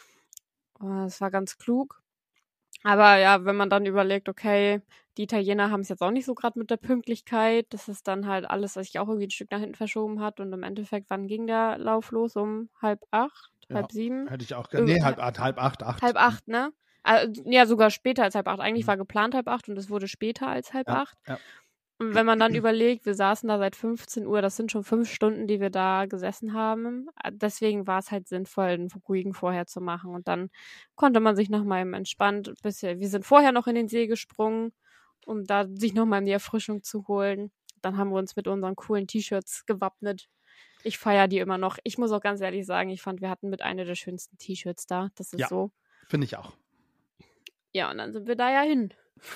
Das war ganz klug. Aber ja, wenn man dann überlegt, okay, die Italiener haben es jetzt auch nicht so gerade mit der Pünktlichkeit. Das ist dann halt alles, was sich auch irgendwie ein Stück nach hinten verschoben hat. Und im Endeffekt, wann ging der Lauf los? Um 7:30? Ja, 7:30? Hätte ich auch nee, halb acht. 7:30, ne? Ja, sogar später als 7:30. Eigentlich war geplant 7:30 und es wurde später als 7:30. Ja. Und wenn man dann überlegt, wir saßen da seit 15 Uhr, das sind schon 5 Stunden, die wir da gesessen haben. Deswegen war es halt sinnvoll, einen ruhigen vorher zu machen. Und dann konnte man sich nochmal entspannt, wir sind vorher noch in den See gesprungen, um da sich nochmal die Erfrischung zu holen. Dann haben wir uns mit unseren coolen T-Shirts gewappnet. Ich feiere die immer noch. Ich muss auch ganz ehrlich sagen, ich fand, wir hatten mit einer der schönsten T-Shirts da. Das ist so. Finde ich auch. Ja, und dann sind wir da ja hin.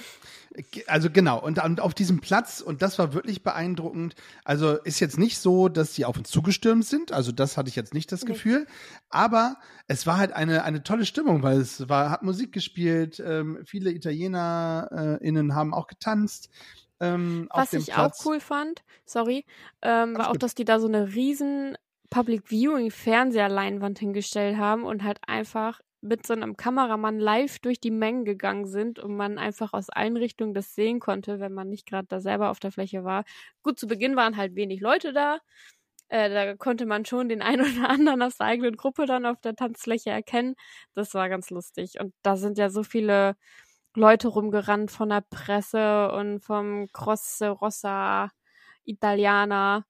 Also genau, und auf diesem Platz, und das war wirklich beeindruckend, also ist jetzt nicht so, dass sie auf uns zugestürmt sind, also das hatte ich jetzt nicht das Gefühl, aber es war halt eine tolle Stimmung, weil hat Musik gespielt, viele ItalienerInnen haben auch getanzt. Was ich auch cool fand, war auch, dass die da so eine riesen Public Viewing Fernseherleinwand hingestellt haben und halt einfach mit so einem Kameramann live durch die Mengen gegangen sind und man einfach aus allen Richtungen das sehen konnte, wenn man nicht gerade da selber auf der Fläche war. Gut, zu Beginn waren halt wenig Leute da. Da konnte man schon den einen oder anderen aus der eigenen Gruppe dann auf der Tanzfläche erkennen. Das war ganz lustig. Und da sind ja so viele Leute rumgerannt von der Presse und vom Croce Rossa Italiana,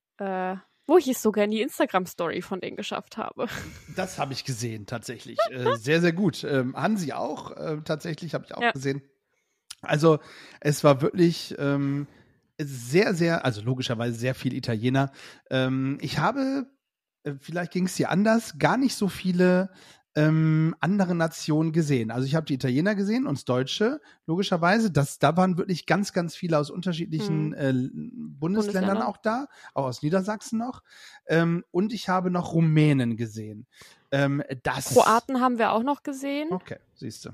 wo ich es sogar in die Instagram-Story von denen geschafft habe. Das habe ich gesehen, tatsächlich. Sehr, sehr gut. Hansi auch, tatsächlich, habe ich auch gesehen. Also, es war wirklich sehr, sehr, also logischerweise sehr viel Italiener. Ich habe, vielleicht ging es dir anders, gar nicht so viele andere Nationen gesehen. Also ich habe die Italiener gesehen, uns Deutsche, logischerweise. Da waren wirklich ganz, ganz viele aus unterschiedlichen Bundesländern auch da, auch aus Niedersachsen noch. Und ich habe noch Rumänen gesehen. Kroaten haben wir auch noch gesehen. Okay, siehst du.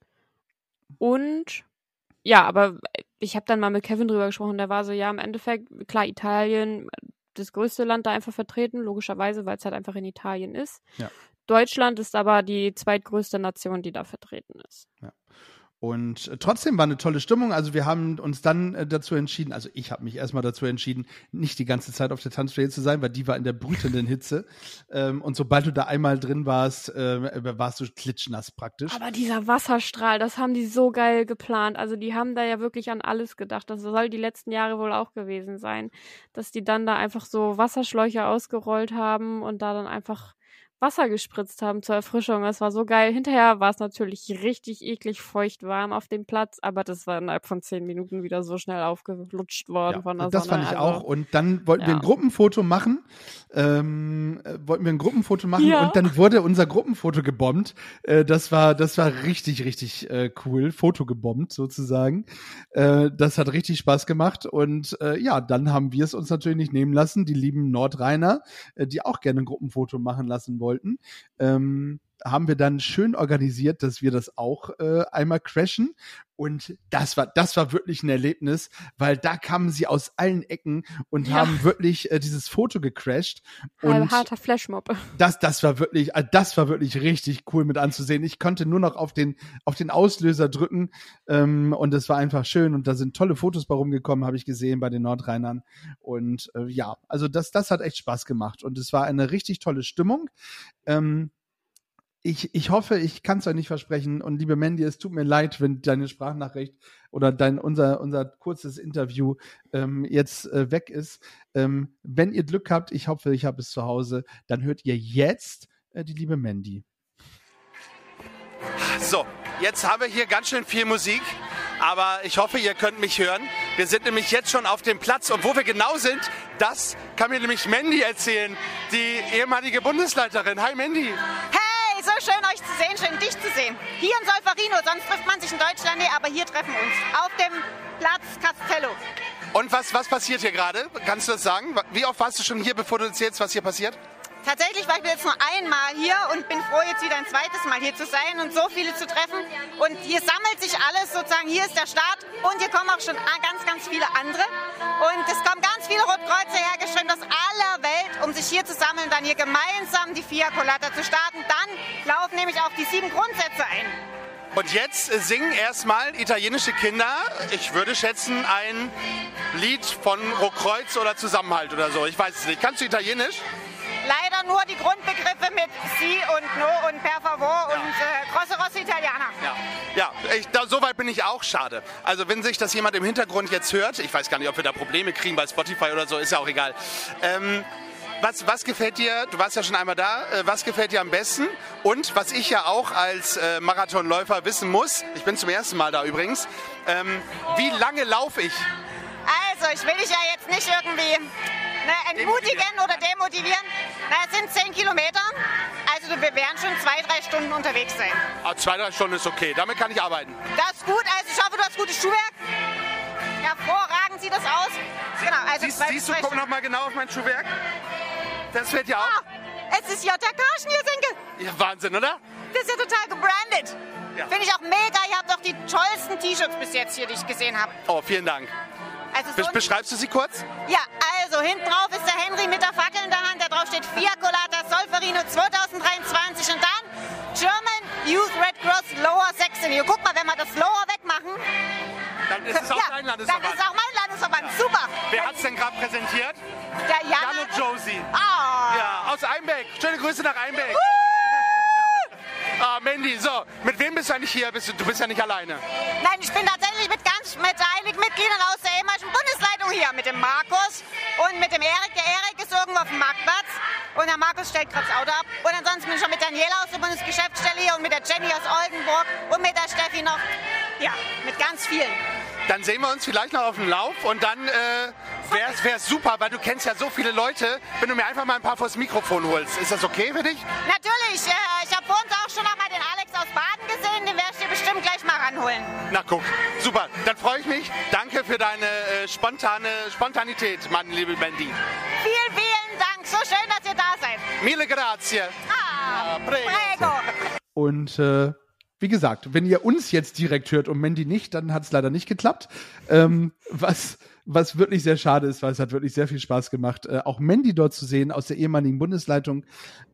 Und ja, aber ich habe dann mal mit Kevin drüber gesprochen, der war so, ja, im Endeffekt, klar, Italien, das größte Land da einfach vertreten, logischerweise, weil es halt einfach in Italien ist. Ja. Deutschland ist aber die zweitgrößte Nation, die da vertreten ist. Ja. Und trotzdem war eine tolle Stimmung. Also wir haben uns dann dazu entschieden, also ich habe mich erstmal dazu entschieden, nicht die ganze Zeit auf der Tanzfläche zu sein, weil die war in der brütenden Hitze. Und sobald du da einmal drin warst, warst du klitschnass praktisch. Aber dieser Wasserstrahl, das haben die so geil geplant. Also die haben da ja wirklich an alles gedacht. Das soll die letzten Jahre wohl auch gewesen sein, dass die dann da einfach so Wasserschläuche ausgerollt haben und da dann einfach Wasser gespritzt haben zur Erfrischung. Das war so geil. Hinterher war es natürlich richtig eklig feucht warm auf dem Platz, aber das war innerhalb von 10 Minuten wieder so schnell aufgelutscht worden von der Sonne. Das fand ich auch. Und dann wollten wir ein Gruppenfoto machen. Und dann wurde unser Gruppenfoto gebombt. Das war richtig, richtig cool. Foto gebombt sozusagen. Das hat richtig Spaß gemacht. Und dann haben wir es uns natürlich nicht nehmen lassen. Die lieben Nordrheiner, die auch gerne ein Gruppenfoto machen lassen wollten, haben wir dann schön organisiert, dass wir das auch einmal crashen. Und das war wirklich ein Erlebnis, weil da kamen sie aus allen Ecken und haben wirklich dieses Foto gecrashed. Und harter Flashmob. Das war wirklich richtig cool mit anzusehen. Ich konnte nur noch auf den Auslöser drücken und es war einfach schön. Und da sind tolle Fotos bei rumgekommen, habe ich gesehen bei den Nordrheinern. Und also das hat echt Spaß gemacht. Und es war eine richtig tolle Stimmung. Ich hoffe, ich kann es euch nicht versprechen. Und liebe Mandy, es tut mir leid, wenn deine Sprachnachricht oder unser kurzes Interview jetzt weg ist. Wenn ihr Glück habt, ich hoffe, ich habe es zu Hause, dann hört ihr jetzt die liebe Mandy. So, jetzt haben wir hier ganz schön viel Musik, aber ich hoffe, ihr könnt mich hören. Wir sind nämlich jetzt schon auf dem Platz und wo wir genau sind, das kann mir nämlich Mandy erzählen, die ehemalige Bundesleiterin. Hi Mandy. Hey, so schön euch zu sehen, schön dich zu sehen. Hier in Solferino, sonst trifft man sich in Deutschland nicht, aber hier treffen wir uns auf dem Platz Castello. Und was passiert hier gerade? Kannst du das sagen? Wie oft warst du schon hier, bevor du erzählst, was hier passiert? Tatsächlich war ich jetzt nur einmal hier und bin froh, jetzt wieder ein zweites Mal hier zu sein und so viele zu treffen. Und hier sammelt sich alles sozusagen, hier ist der Start und hier kommen auch schon ganz, ganz viele andere. Und es kommen ganz viele Rotkreuze hergeströmt aus aller Welt, um sich hier zu sammeln, dann hier gemeinsam die Via Colata zu starten. Dann laufen nämlich auch die 7 Grundsätze ein. Und jetzt singen erstmal italienische Kinder, ich würde schätzen, ein Lied von Rotkreuz oder Zusammenhalt oder so. Ich weiß es nicht. Kannst du Italienisch? Leider nur die Grundbegriffe mit si und no und per favor und grosse rosse Italiana. Ja, so weit bin ich auch, schade. Also wenn sich das jemand im Hintergrund jetzt hört, ich weiß gar nicht, ob wir da Probleme kriegen bei Spotify oder so, ist ja auch egal. Was gefällt dir, du warst ja schon einmal da, was gefällt dir am besten? Und was ich ja auch als Marathonläufer wissen muss, ich bin zum ersten Mal da übrigens, wie lange laufe ich? Also, ich will dich ja jetzt nicht irgendwie entmutigen oder demotivieren. Es sind 10 Kilometer, also wir werden schon 2-3 Stunden unterwegs sein. 2-3 Stunden ist okay, damit kann ich arbeiten. Das ist gut, also ich hoffe, du hast gutes Schuhwerk. Hervorragend sieht das aus. Genau, also siehst du, guck noch mal genau auf mein Schuhwerk. Das fällt dir auf. Es ist JK Schnürsenkel. Ja, Wahnsinn, oder? Das ist ja total gebrandet. Ja. Finde ich auch mega. Ihr habt doch die tollsten T-Shirts bis jetzt hier, die ich gesehen habe. Oh, vielen Dank. Also beschreibst du sie kurz? Ja, also hinten drauf ist der Henry mit der Fackel in der Hand. Da drauf steht Via Colata Solferino 2023 und dann German Youth Red Cross Lower Saxony. Guck mal, wenn wir das Lower wegmachen, dann ist es auch dein Landesverband. Dann ist auch mein Landesverband. Ja. Super. Wer hat es denn gerade präsentiert? Der Jan und Josie. Ja, aus Einbeck. Schöne Grüße nach Einbeck. Mandy, so, mit wem bist du eigentlich hier? Du bist ja nicht alleine. Nein, ich bin tatsächlich mit einigen Mitgliedern aus der ehemaligen Bundesleitung hier. Mit dem Markus und mit dem Erik. Der Erik ist irgendwo auf dem Marktplatz und der Markus stellt gerade das Auto ab. Und ansonsten bin ich schon mit Daniela aus der Bundesgeschäftsstelle hier und mit der Jenny aus Oldenburg und mit der Steffi noch. Ja, mit ganz vielen. Dann sehen wir uns vielleicht noch auf dem Lauf und dann wäre es super, weil du kennst ja so viele Leute, wenn du mir einfach mal ein paar vors Mikrofon holst. Ist das okay für dich? Natürlich, ich habe vor uns auch schon noch mal den Alex aus Baden gesehen, den werde ich dir bestimmt gleich mal ranholen. Na guck, super. Dann freue ich mich. Danke für deine Spontanität, meine liebe Mandy. Vielen, vielen Dank. So schön, dass ihr da seid. Mille grazie. Prego. Und wie gesagt, wenn ihr uns jetzt direkt hört und Mandy nicht, dann hat es leider nicht geklappt. Was wirklich sehr schade ist, weil es hat wirklich sehr viel Spaß gemacht, auch Mandy dort zu sehen aus der ehemaligen Bundesleitung.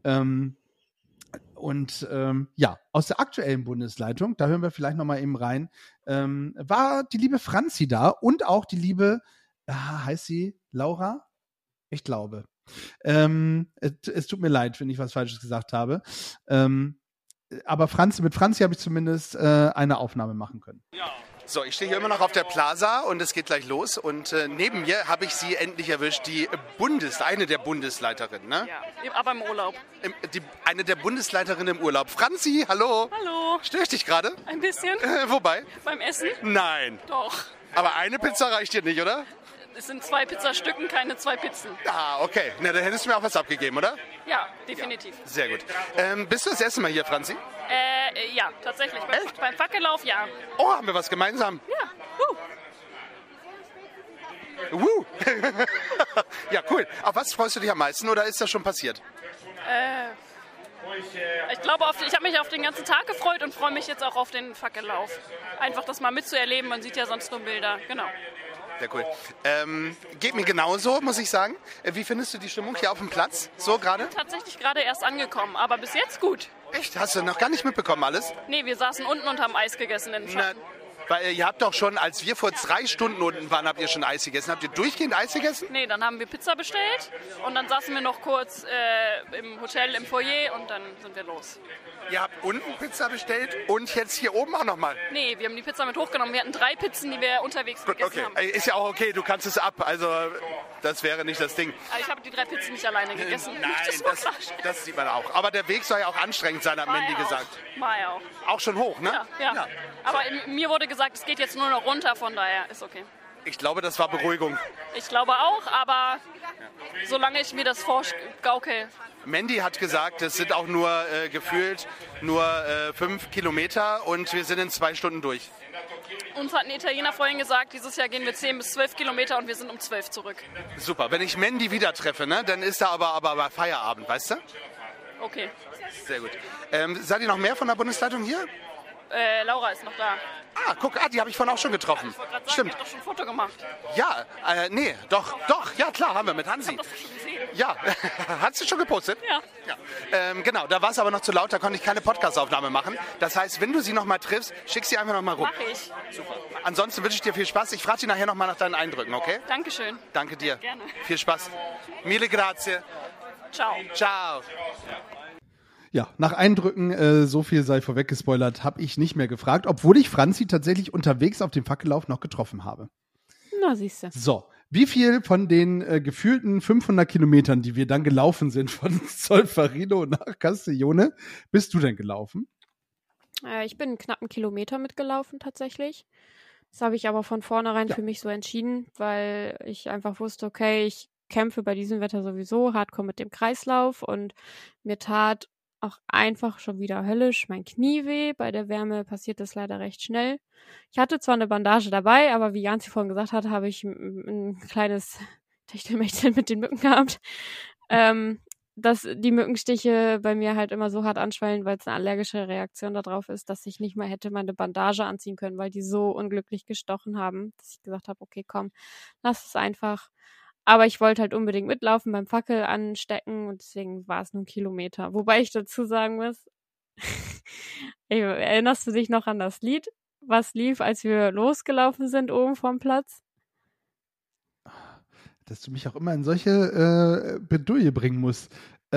Aus der aktuellen Bundesleitung, da hören wir vielleicht noch mal eben rein, war die liebe Franzi da und auch die liebe, heißt sie Laura? Ich glaube. Es tut mir leid, wenn ich was Falsches gesagt habe. Aber mit Franzi habe ich zumindest eine Aufnahme machen können. So, ich stehe hier immer noch auf der Plaza und es geht gleich los. Und neben mir habe ich sie endlich erwischt, eine der Bundesleiterinnen, ne? Ja, aber im Urlaub. Eine der Bundesleiterinnen im Urlaub. Franzi, hallo. Hallo. Störe ich dich gerade? Ein bisschen. Wobei? Beim Essen? Nein. Doch. Aber eine Pizza reicht dir nicht, oder? Es sind 2 Pizzastücken, keine 2 Pizzen. Ah, okay. Na, dann hättest du mir auch was abgegeben, oder? Ja, definitiv. Sehr gut. Bist du das erste Mal hier, Franzi? Ja, tatsächlich. Beim Fackellauf, ja. Oh, haben wir was gemeinsam? Ja. Ja, cool. Auf was freust du dich am meisten oder ist das schon passiert? Ich glaube, ich habe mich auf den ganzen Tag gefreut und freue mich jetzt auch auf den Fackellauf. Einfach das mal mitzuerleben, man sieht ja sonst nur Bilder. Genau. Sehr cool. Geht mir genauso, muss ich sagen. Wie findest du die Stimmung hier auf dem Platz, so gerade? Tatsächlich gerade erst angekommen, aber bis jetzt gut. Echt? Hast du noch gar nicht mitbekommen alles? Nee, wir saßen unten und haben Eis gegessen in den Schatten. Weil ihr habt doch schon, als wir vor 3 Stunden unten waren, habt ihr schon Eis gegessen. Habt ihr durchgehend Eis gegessen? Nee, dann haben wir Pizza bestellt und dann saßen wir noch kurz im Hotel im Foyer und dann sind wir los. Ihr habt unten Pizza bestellt und jetzt hier oben auch nochmal? Nee, wir haben die Pizza mit hochgenommen. Wir hatten 3 Pizzen, die wir unterwegs gegessen haben. Ist ja auch okay, du kannst es ab. Also das wäre nicht das Ding. Aber ich habe die 3 Pizzen nicht alleine gegessen. Nein, das sieht man auch. Aber der Weg soll ja auch anstrengend sein, hat Mandy gesagt. War ja auch. Auch schon hoch, ne? Ja. Aber mir wurde gesagt, es geht jetzt nur noch runter, von daher ist okay. Ich glaube, das war Beruhigung. Ich glaube auch, aber solange ich mir das vorgaukel. Mandy hat gesagt, es sind auch nur gefühlt nur 5 Kilometer und wir sind in 2 Stunden durch. Uns hat ein Italiener vorhin gesagt, dieses Jahr gehen wir 10 bis 12 Kilometer und wir sind um 12 zurück. Super, wenn ich Mandy wieder treffe, ne, dann ist da aber Feierabend, weißt du? Okay. Sehr gut. Seid ihr noch mehr von der Bundesleitung hier? Laura ist noch da. Ah, guck, die habe ich vorhin auch schon getroffen. Ich wollte gerade sagen, stimmt. ihr habt doch schon ein Foto gemacht. Ja, nee, doch, ja klar, haben wir mit Hansi. Ich hab das schon gesehen. Ja, hast du schon gepostet? Ja. Genau, da war es aber noch zu laut, da konnte ich keine Podcast-Aufnahme machen. Das heißt, wenn du sie noch mal triffst, schick sie einfach noch mal rum. Mach ich. Super. Ansonsten wünsche ich dir viel Spaß. Ich frage dich nachher noch mal nach deinen Eindrücken, okay? Dankeschön. Danke dir. Gerne. Viel Spaß. Mille grazie. Ciao. Ciao. Ja, nach Eindrücken, so viel sei vorweg gespoilert, habe ich nicht mehr gefragt, obwohl ich Franzi tatsächlich unterwegs auf dem Fackellauf noch getroffen habe. Na, siehst du. So, wie viel von den gefühlten 500 Kilometern, die wir dann gelaufen sind von Solferino nach Castiglione, bist du denn gelaufen? Ich bin einen knappen Kilometer mitgelaufen tatsächlich. Das habe ich aber von vornherein für mich so entschieden, weil ich einfach wusste, okay, ich kämpfe bei diesem Wetter sowieso hardcore mit dem Kreislauf und mir tat auch einfach schon wieder höllisch mein Knie weh. Bei der Wärme passiert das leider recht schnell. Ich hatte zwar eine Bandage dabei, aber wie Janzi vorhin gesagt hat, habe ich ein kleines Techtelmechtel mit den Mücken gehabt. Dass die Mückenstiche bei mir halt immer so hart anschwellen, weil es eine allergische Reaktion darauf ist, dass ich nicht mal hätte meine Bandage anziehen können, weil die so unglücklich gestochen haben, dass ich gesagt habe, okay, komm, lass es einfach. Aber ich wollte halt unbedingt mitlaufen, beim Fackel anstecken und deswegen war es nur 1 Kilometer. Wobei ich dazu sagen muss, erinnerst du dich noch an das Lied, was lief, als wir losgelaufen sind oben vom Platz? Dass du mich auch immer in solche Bedouille bringen musst.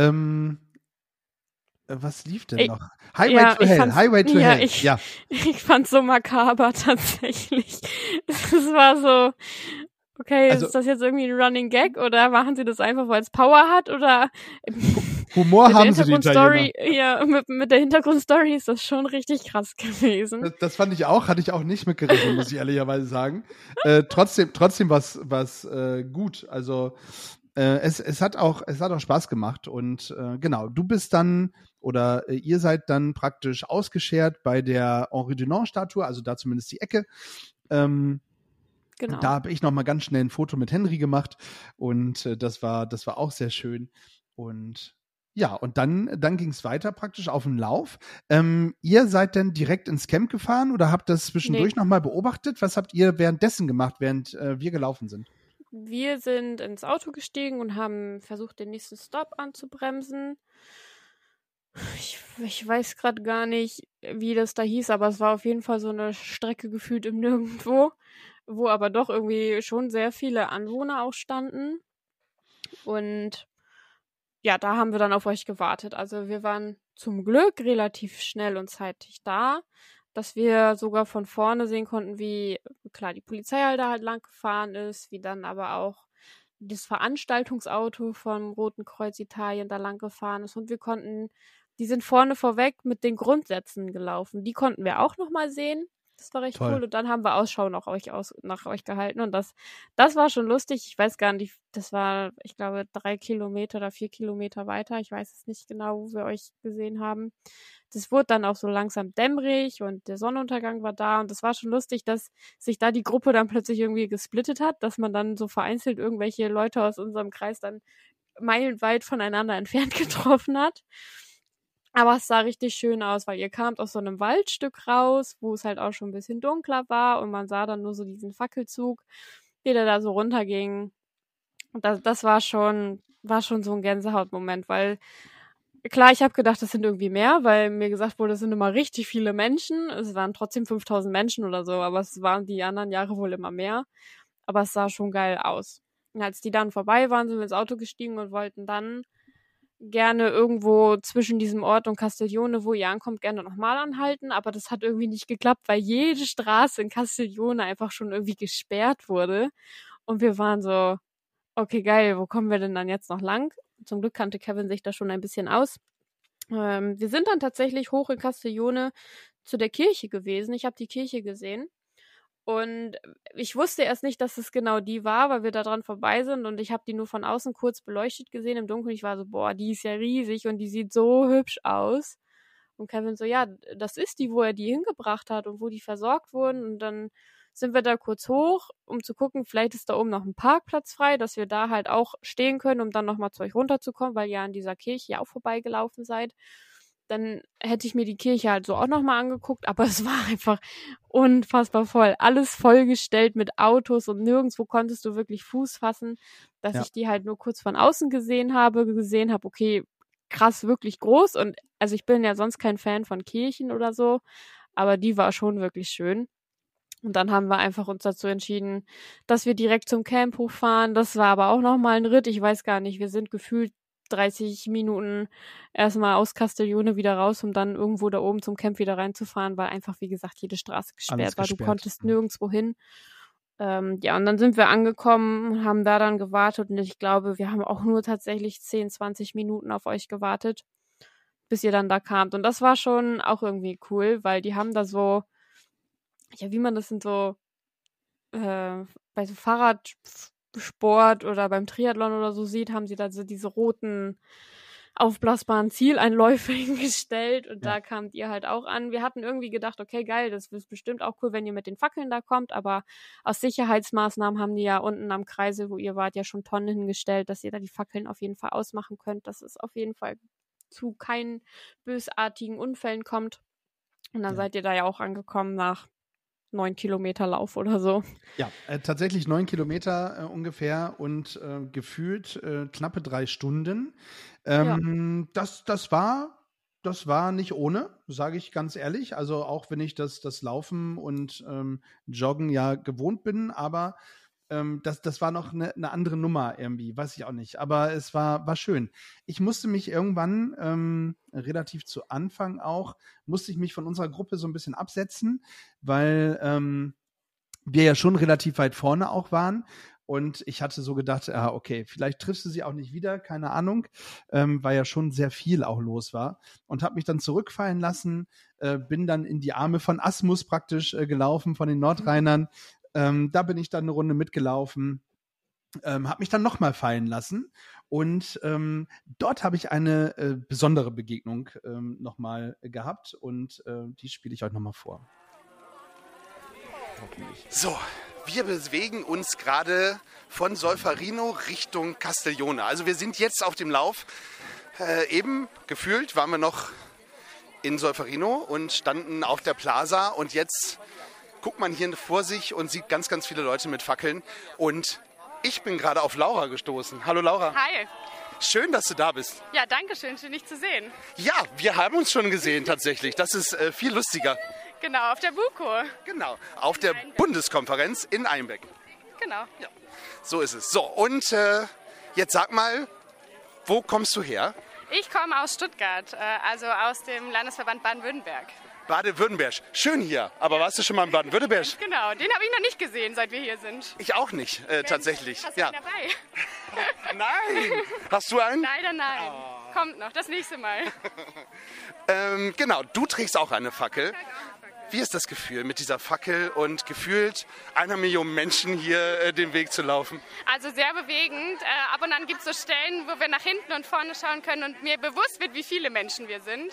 Was lief denn noch? Highway to Hell. Highway to Hell. Ich fand's so makaber tatsächlich. Es war so, Okay, Also- ist das jetzt irgendwie ein Running Gag oder machen sie das einfach, weil es Power hat oder Humor mit der haben sie, die Italiener. Hintergrundstory, ja, mit der Hintergrundstory ist das schon richtig krass gewesen. Das fand ich auch, hatte ich auch nicht mitgerechnet, muss ich ehrlicherweise sagen. Trotzdem was gut. Also es hat auch Spaß gemacht und genau, du bist dann oder ihr seid dann praktisch ausgeschert bei der Henri Dunant-Statue, also da zumindest die Ecke. Genau. Da habe ich noch mal ganz schnell ein Foto mit Henry gemacht und das war auch sehr schön. Und ja, und dann ging es weiter praktisch auf den Lauf. Ihr seid dann direkt ins Camp gefahren oder habt das zwischendurch noch mal beobachtet? Was habt ihr währenddessen gemacht, während wir gelaufen sind? Wir sind ins Auto gestiegen und haben versucht, den nächsten Stop anzubremsen. Ich weiß gerade gar nicht, wie das da hieß, aber es war auf jeden Fall so eine Strecke gefühlt im Nirgendwo, wo aber doch irgendwie schon sehr viele Anwohner auch standen. Und ja, da haben wir dann auf euch gewartet. Also wir waren zum Glück relativ schnell und zeitig da, dass wir sogar von vorne sehen konnten, wie klar die Polizei halt lang gefahren ist, wie dann aber auch das Veranstaltungsauto vom Roten Kreuz Italien da lang gefahren ist und die sind vorne vorweg mit den Grundsätzen gelaufen. Die konnten wir auch nochmal sehen. Das war recht Toll. cool. Und dann haben wir Ausschau nach euch gehalten. Und das war schon lustig. Ich weiß gar nicht, das war, ich glaube, 3 Kilometer oder 4 Kilometer weiter. Ich weiß es nicht genau, wo wir euch gesehen haben. Das wurde dann auch so langsam dämmerig und der Sonnenuntergang war da. Und das war schon lustig, dass sich da die Gruppe dann plötzlich irgendwie gesplittet hat, dass man dann so vereinzelt irgendwelche Leute aus unserem Kreis dann meilenweit voneinander entfernt getroffen hat. Aber es sah richtig schön aus, weil ihr kamt aus so einem Waldstück raus, wo es halt auch schon ein bisschen dunkler war und man sah dann nur so diesen Fackelzug, der da so runterging. Und das war schon so ein Gänsehautmoment, weil klar, ich habe gedacht, das sind irgendwie mehr, weil mir gesagt wurde, es sind immer richtig viele Menschen. Es waren trotzdem 5000 Menschen oder so, aber es waren die anderen Jahre wohl immer mehr. Aber es sah schon geil aus. Und als die dann vorbei waren, sind wir ins Auto gestiegen und wollten dann gerne irgendwo zwischen diesem Ort und Castiglione, wo ihr ankommt, gerne nochmal anhalten, aber das hat irgendwie nicht geklappt, weil jede Straße in Castiglione einfach schon irgendwie gesperrt wurde und wir waren so, okay, geil, wo kommen wir denn dann jetzt noch lang? Zum Glück kannte Kevin sich da schon ein bisschen aus. Wir sind dann tatsächlich hoch in Castiglione zu der Kirche gewesen. Ich habe die Kirche gesehen. Und ich wusste erst nicht, dass es genau die war, weil wir da dran vorbei sind und ich habe die nur von außen kurz beleuchtet gesehen im Dunkeln. Ich war so, boah, die ist ja riesig und die sieht so hübsch aus. Und Kevin so, ja, das ist die, wo er die hingebracht hat und wo die versorgt wurden. Und dann sind wir da kurz hoch, um zu gucken, vielleicht ist da oben noch ein Parkplatz frei, dass wir da halt auch stehen können, um dann nochmal zu euch runterzukommen, weil ihr an dieser Kirche ja auch vorbeigelaufen seid. Dann hätte ich mir die Kirche halt so auch nochmal angeguckt, aber es war einfach unfassbar voll. Alles vollgestellt mit Autos und nirgendwo konntest du wirklich Fuß fassen, dass ich die halt nur kurz von außen gesehen habe, okay, krass, wirklich groß und also ich bin ja sonst kein Fan von Kirchen oder so, aber die war schon wirklich schön. Und dann haben wir einfach uns dazu entschieden, dass wir direkt zum Camp hochfahren. Das war aber auch nochmal ein Ritt, ich weiß gar nicht, wir sind gefühlt 30 Minuten erstmal aus Castiglione wieder raus, um dann irgendwo da oben zum Camp wieder reinzufahren, weil einfach, wie gesagt, jede Straße gesperrt war. Du konntest nirgendwo hin. Ja, und dann sind wir angekommen und haben da dann gewartet und ich glaube, wir haben auch nur tatsächlich 10, 20 Minuten auf euch gewartet, bis ihr dann da kamt. Und das war schon auch irgendwie cool, weil die haben da so, ja, wie man das in so bei so Fahrradsport oder beim Triathlon oder so sieht, haben sie da so diese roten aufblasbaren Zieleinläufe hingestellt und da kamt ihr halt auch an. Wir hatten irgendwie gedacht, okay, geil, das ist bestimmt auch cool, wenn ihr mit den Fackeln da kommt, aber aus Sicherheitsmaßnahmen haben die ja unten am Kreisel, wo ihr wart, ja schon Tonnen hingestellt, dass ihr da die Fackeln auf jeden Fall ausmachen könnt, dass es auf jeden Fall zu keinen bösartigen Unfällen kommt. Und dann seid ihr da ja auch angekommen nach 9 Kilometer Lauf oder so. Ja, tatsächlich 9 Kilometer ungefähr und gefühlt knappe 3 Stunden. Das war nicht ohne, sage ich ganz ehrlich. Also auch wenn ich das Laufen und Joggen ja gewohnt bin, aber das war noch eine andere Nummer irgendwie, weiß ich auch nicht. Aber es war schön. Ich musste mich irgendwann, relativ zu Anfang auch, musste ich mich von unserer Gruppe so ein bisschen absetzen, weil wir ja schon relativ weit vorne auch waren. Und ich hatte so gedacht, okay, vielleicht triffst du sie auch nicht wieder, keine Ahnung, weil ja schon sehr viel auch los war. Und habe mich dann zurückfallen lassen, bin dann in die Arme von Asmus praktisch gelaufen, von den Nordrheinern. Da bin ich dann eine Runde mitgelaufen, habe mich dann nochmal fallen lassen. Und dort habe ich eine besondere Begegnung nochmal gehabt. Und die spiele ich euch nochmal vor. So, wir bewegen uns gerade von Solferino Richtung Castiglione. Also wir sind jetzt auf dem Lauf. Eben gefühlt waren wir noch in Solferino und standen auf der Plaza. Und jetzt guckt man hier vor sich und sieht ganz, ganz viele Leute mit Fackeln. Und ich bin gerade auf Laura gestoßen. Hallo Laura. Hi. Schön, dass du da bist. Ja, danke schön. Schön, dich zu sehen. Ja, wir haben uns schon gesehen tatsächlich. Das ist viel lustiger. Genau, auf der BUKO. Genau, auf der Bundeskonferenz in Einbeck. Genau. Ja, so ist es. So, und jetzt sag mal, wo kommst du her? Ich komme aus Stuttgart, also aus dem Landesverband Baden-Württemberg. Baden-Württemberg. Schön hier. Aber warst du schon mal in Baden-Württemberg? Genau, den habe ich noch nicht gesehen, seit wir hier sind. Ich auch nicht, tatsächlich. Hast du einen dabei? Nein! Hast du einen? Leider nein. Kommt noch, das nächste Mal. Genau, du trägst auch eine Fackel. Wie ist das Gefühl mit dieser Fackel und gefühlt 1 Million Menschen hier den Weg zu laufen? Also sehr bewegend. Ab und an gibt es so Stellen, wo wir nach hinten und vorne schauen können und mir bewusst wird, wie viele Menschen wir sind.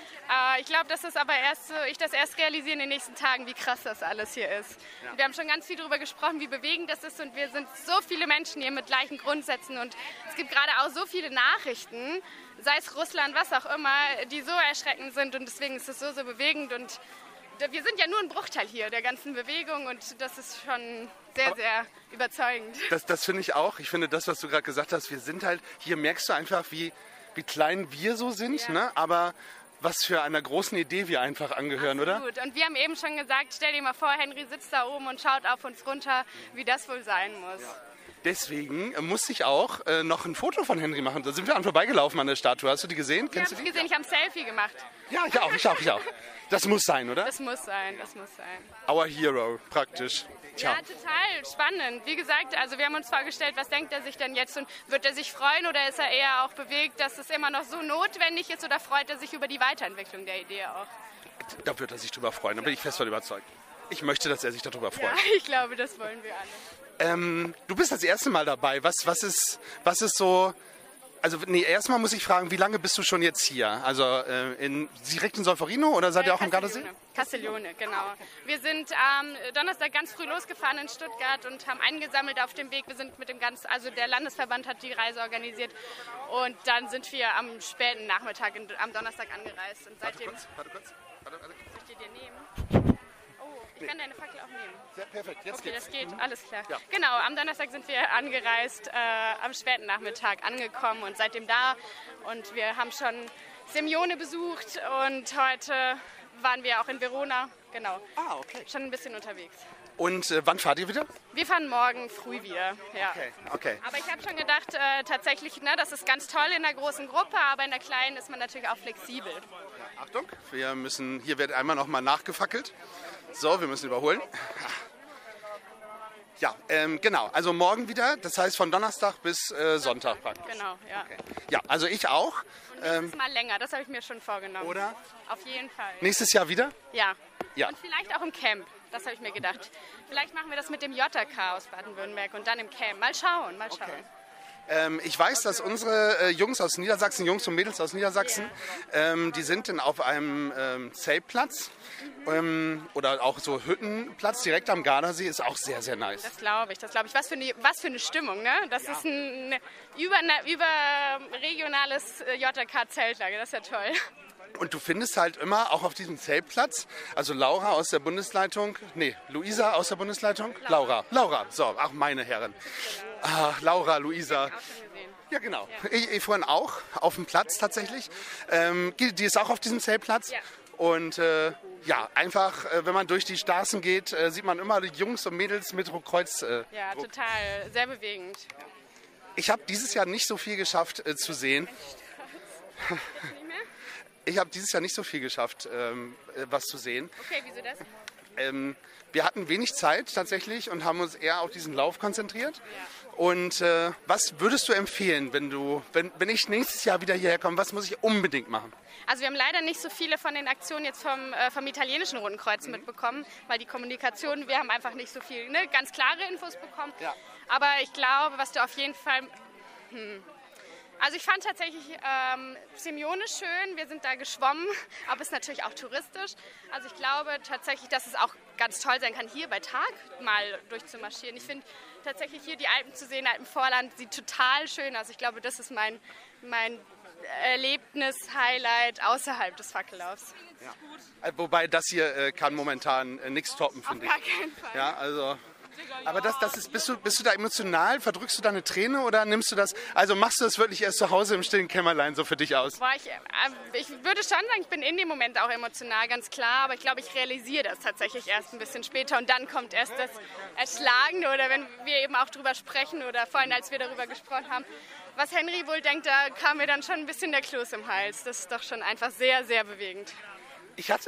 Ich glaube, das ist aber ich das erst realisiere in den nächsten Tagen, wie krass das alles hier ist. Ja. Wir haben schon ganz viel darüber gesprochen, wie bewegend das ist und wir sind so viele Menschen hier mit gleichen Grundsätzen und es gibt gerade auch so viele Nachrichten, sei es Russland, was auch immer, die so erschreckend sind und deswegen ist es so, so bewegend und wir sind ja nur ein Bruchteil hier der ganzen Bewegung und das ist schon sehr, sehr überzeugend. Das finde ich auch. Ich finde das, was du gerade gesagt hast, wir sind halt, hier merkst du einfach, wie klein wir so sind, ja. Ne? Aber was für einer großen Idee wir einfach angehören, Absolut. Oder? Und wir haben eben schon gesagt, stell dir mal vor, Henry sitzt da oben und schaut auf uns runter, wie das wohl sein muss. Ja. Deswegen musste ich auch noch ein Foto von Henry machen. Da sind wir an vorbeigelaufen an der Statue. Hast du die gesehen? Kennst du die? Ich habe ein Selfie gemacht. Ja, ich auch. Das muss sein, oder? Das muss sein. Our hero, praktisch. Tja. Ja, total spannend. Wie gesagt, also wir haben uns vorgestellt, was denkt er sich denn jetzt und wird er sich freuen oder ist er eher auch bewegt, dass es immer noch so notwendig ist oder freut er sich über die Weiterentwicklung der Idee auch? Da wird er sich drüber freuen, da bin ich fest von überzeugt. Ich möchte, dass er sich darüber freut. Ja, ich glaube, das wollen wir alle. Du bist das erste Mal dabei. Was ist so... Also erstmal muss ich fragen, wie lange bist du schon jetzt hier? Also direkt in Solferino oder seid ihr auch am Gardasee? Castiglione, genau. Wir sind Donnerstag ganz früh losgefahren in Stuttgart und haben eingesammelt auf dem Weg. Wir sind mit also der Landesverband hat die Reise organisiert und dann sind wir am späten Nachmittag am Donnerstag angereist. Und seitdem... Warte kurz. Soll ich die dir nehmen? Ich kann deine Fackel auch nehmen. Ja, perfekt, jetzt okay, geht's. Das geht, alles klar. Ja. Genau, am Donnerstag sind wir angereist, am späten Nachmittag angekommen und seitdem da. Und wir haben schon Simeone besucht und heute waren wir auch in Verona. Genau. Ah, okay. Schon ein bisschen unterwegs. Und wann fahrt ihr wieder? Wir fahren morgen früh wieder. Ja. Okay. Aber ich habe schon gedacht, tatsächlich, das ist ganz toll in der großen Gruppe, aber in der kleinen ist man natürlich auch flexibel. Ja, Achtung, hier wird einmal nochmal nachgefackelt. So, wir müssen überholen. Ja, genau. Also morgen wieder, das heißt von Donnerstag bis Sonntag praktisch. Genau, ja. Okay. Ja, also ich auch. Und nächstes Mal länger, das habe ich mir schon vorgenommen. Oder? Auf jeden Fall. Nächstes Jahr wieder? Ja. Ja. Und vielleicht auch im Camp, das habe ich mir gedacht. Vielleicht machen wir das mit dem JK aus Baden-Württemberg und dann im Camp. Mal schauen. Okay. Ich weiß, dass unsere Jungs aus Niedersachsen, Jungs und Mädels aus Niedersachsen, die sind dann auf einem Zeltplatz oder auch so Hüttenplatz direkt am Gardasee, ist auch sehr, sehr nice. Das glaube ich. Was für eine Stimmung, ne? Das ist ein überregionales JK-Zeltlager, das ist ja toll. Und du findest halt immer, auch auf diesem Zeltplatz, also Luisa aus der Bundesleitung, Laura, so, ach meine Herren. Ah, Laura, Luisa. Ja, genau. Ja. Ich vorhin auch auf dem Platz tatsächlich. Die ist auch auf diesem Zeltplatz. Ja. Und einfach, wenn man durch die Straßen geht, sieht man immer die Jungs und Mädels mit Rotkreuz. Ja, total. Sehr bewegend. Ich habe dieses Jahr nicht so viel geschafft zu sehen. Ich habe dieses Jahr nicht so viel geschafft, was zu sehen. Okay, wieso das? Wir hatten wenig Zeit tatsächlich und haben uns eher auf diesen Lauf konzentriert. Ja. Und was würdest du empfehlen, wenn ich nächstes Jahr wieder hierher komme, was muss ich unbedingt machen? Also wir haben leider nicht so viele von den Aktionen jetzt vom italienischen Roten Kreuz mitbekommen, weil die Kommunikation, wir haben einfach nicht so viel, ne, ganz klare Infos bekommen. Ja. Aber ich glaube, was du auf jeden Fall... Also ich fand tatsächlich Simeone schön, wir sind da geschwommen, aber es ist natürlich auch touristisch. Also ich glaube tatsächlich, dass es auch ganz toll sein kann, hier bei Tag mal durchzumarschieren. Ich finde tatsächlich hier die Alpen zu sehen, Alpenvorland, sieht total schön aus. Ich glaube, das ist mein Erlebnis-Highlight außerhalb des Fackellaufs. Ja. Wobei das hier kann momentan nichts toppen, finde ich. Auf gar keinen Fall. Ja, also... Aber bist du da emotional? Verdrückst du da eine Träne oder nimmst du das, also machst du das wirklich erst zu Hause im stillen Kämmerlein so für dich aus? Ich würde schon sagen, ich bin in dem Moment auch emotional, ganz klar, aber ich glaube, ich realisiere das tatsächlich erst ein bisschen später und dann kommt erst das Erschlagende oder wenn wir eben auch drüber sprechen oder vorhin, als wir darüber gesprochen haben, was Henry wohl denkt, da kam mir dann schon ein bisschen der Kloß im Hals. Das ist doch schon einfach sehr, sehr bewegend. Ich sag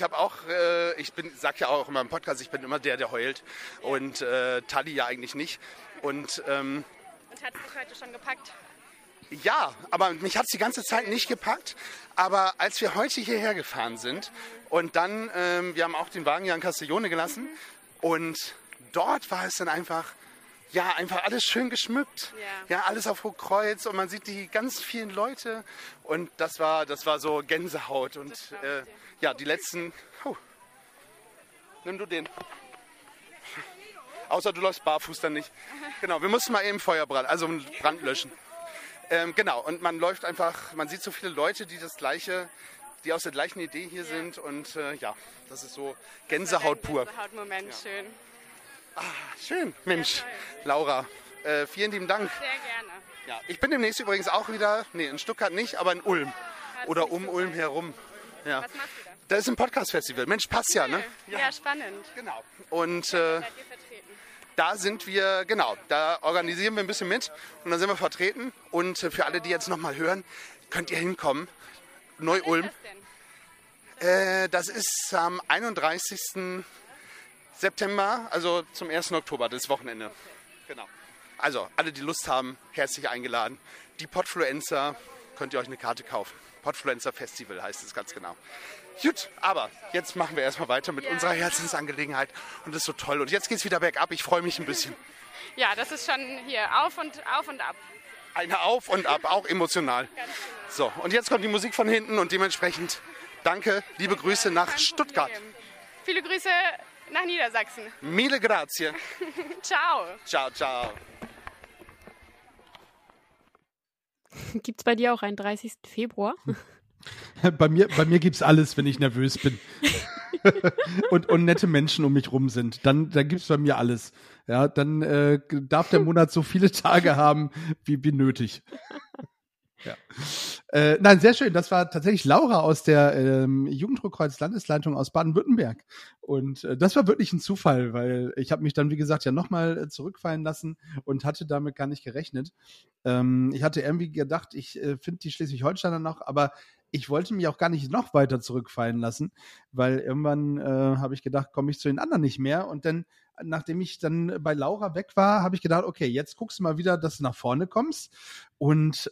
ja auch immer im Podcast, ich bin immer der heult und Tali ja eigentlich nicht. Und hat es dich heute schon gepackt? Ja, aber mich hat es die ganze Zeit nicht gepackt. Aber als wir heute hierher gefahren sind und dann, wir haben auch den Wagen ja in Castiglione gelassen und dort war es dann einfach alles schön geschmückt. Ja, alles auf Hochkreuz und man sieht die ganz vielen Leute und das war so Gänsehaut und die letzten, nimm du den. Außer du läufst barfuß dann nicht. Genau, wir mussten mal eben Brand löschen. Genau, und man läuft einfach, man sieht so viele Leute, die aus der gleichen Idee hier sind und das ist so Gänsehaut pur. Gänsehautmoment, schön. Schön, Mensch, Laura, vielen lieben Dank. Sehr gerne. Ja, ich bin demnächst übrigens auch wieder, in Stuttgart nicht, aber in Ulm oder um Ulm herum. Ja. Was machst du da? Das ist ein Podcast-Festival. Mensch, passt ja, ne? Ja, spannend. Genau. Und da sind wir, da organisieren wir ein bisschen mit und dann sind wir vertreten. Und für alle, die jetzt nochmal hören, könnt ihr hinkommen. Neu-Ulm. Das ist am 31. September, also zum 1. Oktober, das Wochenende. Okay. Genau. Also, alle, die Lust haben, herzlich eingeladen. Die Podfluencer, könnt ihr euch eine Karte kaufen. Podfluencer Festival heißt es ganz genau. Gut, aber jetzt machen wir erstmal weiter mit unserer Herzensangelegenheit. Und das ist so toll. Und jetzt geht's wieder bergab. Ich freue mich ein bisschen. Ja, das ist schon hier auf und ab. Eine Auf und Ab, auch emotional. So, und jetzt kommt die Musik von hinten und dementsprechend danke, liebe Grüße nach Stuttgart. Viele Grüße nach Niedersachsen. Mille grazie. Ciao. Ciao, ciao. Gibt es bei dir auch einen 30. Februar? Bei mir gibt es alles, wenn ich nervös bin. und nette Menschen um mich rum sind. Dann gibt es bei mir alles. Ja, dann darf der Monat so viele Tage haben, wie nötig. Ja. Nein, sehr schön. Das war tatsächlich Laura aus der Jugendrotkreuz-Landesleitung aus Baden-Württemberg. Und das war wirklich ein Zufall, weil ich habe mich dann, wie gesagt, ja nochmal zurückfallen lassen und hatte damit gar nicht gerechnet. Ich hatte irgendwie gedacht, ich finde die Schleswig-Holsteiner noch, aber ich wollte mich auch gar nicht noch weiter zurückfallen lassen, weil irgendwann habe ich gedacht, komme ich zu den anderen nicht mehr. Und dann, nachdem ich dann bei Laura weg war, habe ich gedacht, okay, jetzt guckst du mal wieder, dass du nach vorne kommst. Und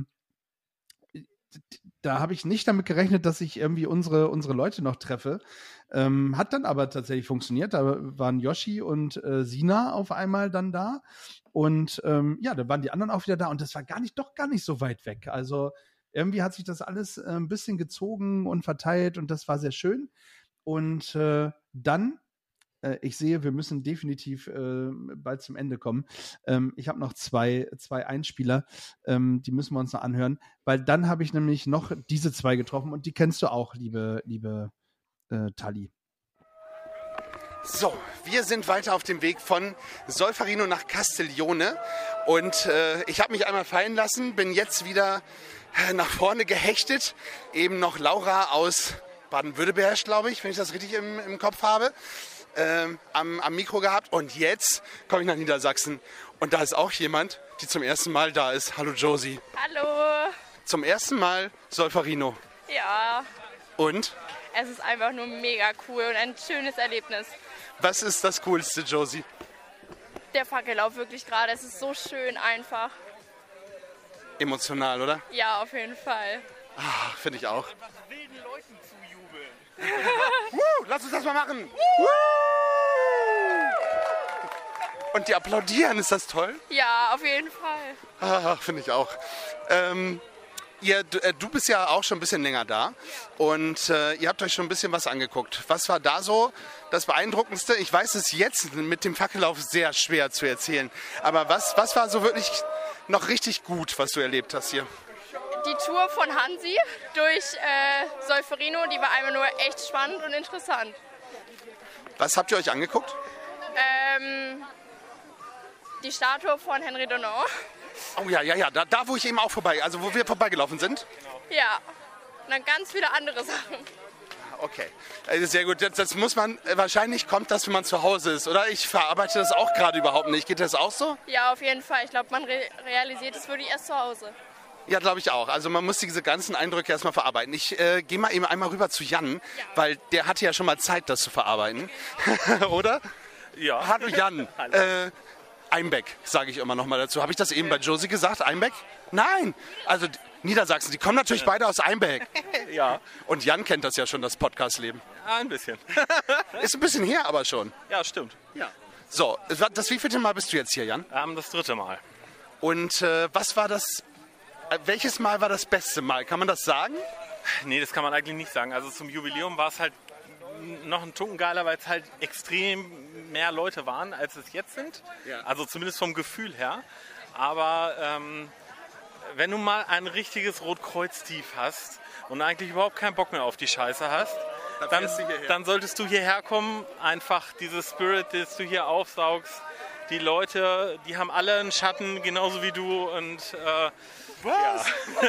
da habe ich nicht damit gerechnet, dass ich irgendwie unsere Leute noch treffe. Hat dann aber tatsächlich funktioniert. Da waren Yoshi und Sina auf einmal dann da. Und da waren die anderen auch wieder da. Und das war gar nicht so weit weg. Also irgendwie hat sich das alles ein bisschen gezogen und verteilt. Und das war sehr schön. Und dann, ich sehe, wir müssen definitiv bald zum Ende kommen. Ich habe noch zwei Einspieler, die müssen wir uns noch anhören, weil dann habe ich nämlich noch diese zwei getroffen und die kennst du auch, liebe Tali. So, wir sind weiter auf dem Weg von Solferino nach Castiglione und ich habe mich einmal fallen lassen, bin jetzt wieder nach vorne gehechtet. Eben noch Laura aus Baden-Württemberg, glaube ich, wenn ich das richtig im Kopf habe. Am Mikro gehabt und jetzt komme ich nach Niedersachsen und da ist auch jemand, die zum ersten Mal da ist. Hallo Josie. Hallo. Zum ersten Mal Solferino. Ja, Und? es ist einfach nur mega cool und ein schönes Erlebnis. Was ist das Coolste, Josie? Der Fackellauf wirklich gerade, es ist so schön einfach. Emotional, oder? Ja, auf jeden Fall. Finde ich auch. Lass uns das mal machen. Und die applaudieren, ist das toll? Ja, auf jeden Fall. Finde ich auch. Du bist ja auch schon ein bisschen länger da und ihr habt euch schon ein bisschen was angeguckt. Was war da so das Beeindruckendste? Ich weiß es jetzt mit dem Fackellauf sehr schwer zu erzählen. Aber was war so wirklich noch richtig gut, was du erlebt hast hier? Die Tour von Hansi durch Solferino, die war einfach nur echt spannend und interessant. Was habt ihr euch angeguckt? Die Statue von Henri Dunant. Oh ja, da wo ich eben auch wo wir vorbeigelaufen sind. Ja, und dann ganz viele andere Sachen. Okay, sehr gut. Das muss man, wahrscheinlich kommt das, wenn man zu Hause ist, oder? Ich verarbeite das auch gerade überhaupt nicht. Geht das auch so? Ja, auf jeden Fall. Ich glaube, man realisiert es wirklich erst zu Hause. Ja, glaube ich auch. Also man muss diese ganzen Eindrücke erstmal verarbeiten. Ich gehe mal eben einmal rüber zu Jan, weil der hatte ja schon mal Zeit, das zu verarbeiten. Oder? Ja. Hallo Jan. Einbeck, sage ich immer noch mal dazu. Habe ich das eben bei Josie gesagt? Einbeck? Nein. Also Niedersachsen, die kommen natürlich beide aus Einbeck. Ja. Und Jan kennt das ja schon, das Podcast-Leben. Ja, ein bisschen. Ist ein bisschen her, aber schon. Ja, stimmt. Ja. So, das wievielte Mal bist du jetzt hier, Jan? Das 3. Mal. Und was war das, welches Mal war das beste Mal? Kann man das sagen? Nee, das kann man eigentlich nicht sagen. Also zum Jubiläum war es halt noch ein Tucken geiler, weil es halt extrem mehr Leute waren, als es jetzt sind. Ja. Also zumindest vom Gefühl her. Aber wenn du mal ein richtiges Rotkreuz-Tief hast und eigentlich überhaupt keinen Bock mehr auf die Scheiße hast, dann solltest du hierher kommen. Einfach dieses Spirit, das du hier aufsaugst. Die Leute, die haben alle einen Schatten, genauso wie du. Und was?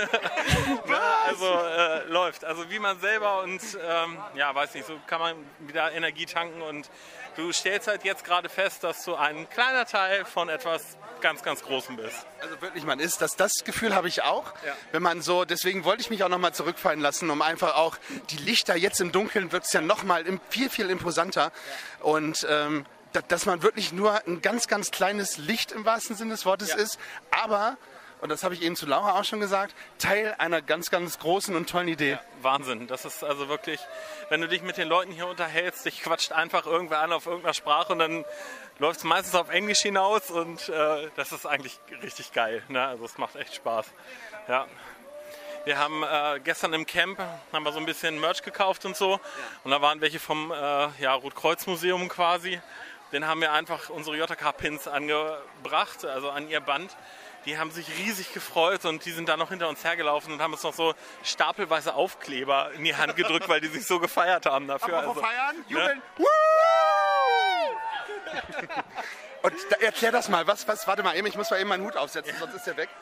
Ja, also läuft. Also wie man selber und weiß nicht, so kann man wieder Energie tanken. Und du stellst halt jetzt gerade fest, dass du ein kleiner Teil von etwas ganz, ganz Großem bist. Also wirklich, man ist, das Gefühl habe ich auch. Ja. Wenn man so, deswegen wollte ich mich auch nochmal zurückfallen lassen, um einfach auch die Lichter, jetzt im Dunkeln wird es ja nochmal viel, viel imposanter. Ja. Und dass man wirklich nur ein ganz, ganz kleines Licht im wahrsten Sinne des Wortes ist, aber, und das habe ich eben zu Laura auch schon gesagt, Teil einer ganz, ganz großen und tollen Idee. Ja, Wahnsinn. Das ist also wirklich, wenn du dich mit den Leuten hier unterhältst, dich quatscht einfach irgendwer an auf irgendeiner Sprache und dann läuft es meistens auf Englisch hinaus und das ist eigentlich richtig geil. Ne? Also es macht echt Spaß. Ja. Wir haben gestern im Camp haben wir so ein bisschen Merch gekauft und so. Und da waren welche vom Rotkreuz-Museum quasi. Den haben wir einfach unsere JK-Pins angebracht, also an ihr Band. Die haben sich riesig gefreut und die sind da noch hinter uns hergelaufen und haben uns noch so stapelweise Aufkleber in die Hand gedrückt, weil die sich so gefeiert haben dafür. Aber feiern? Jubeln? Ne? Und erklär das mal, warte mal eben, ich muss mal eben meinen Hut aufsetzen, sonst ist der weg.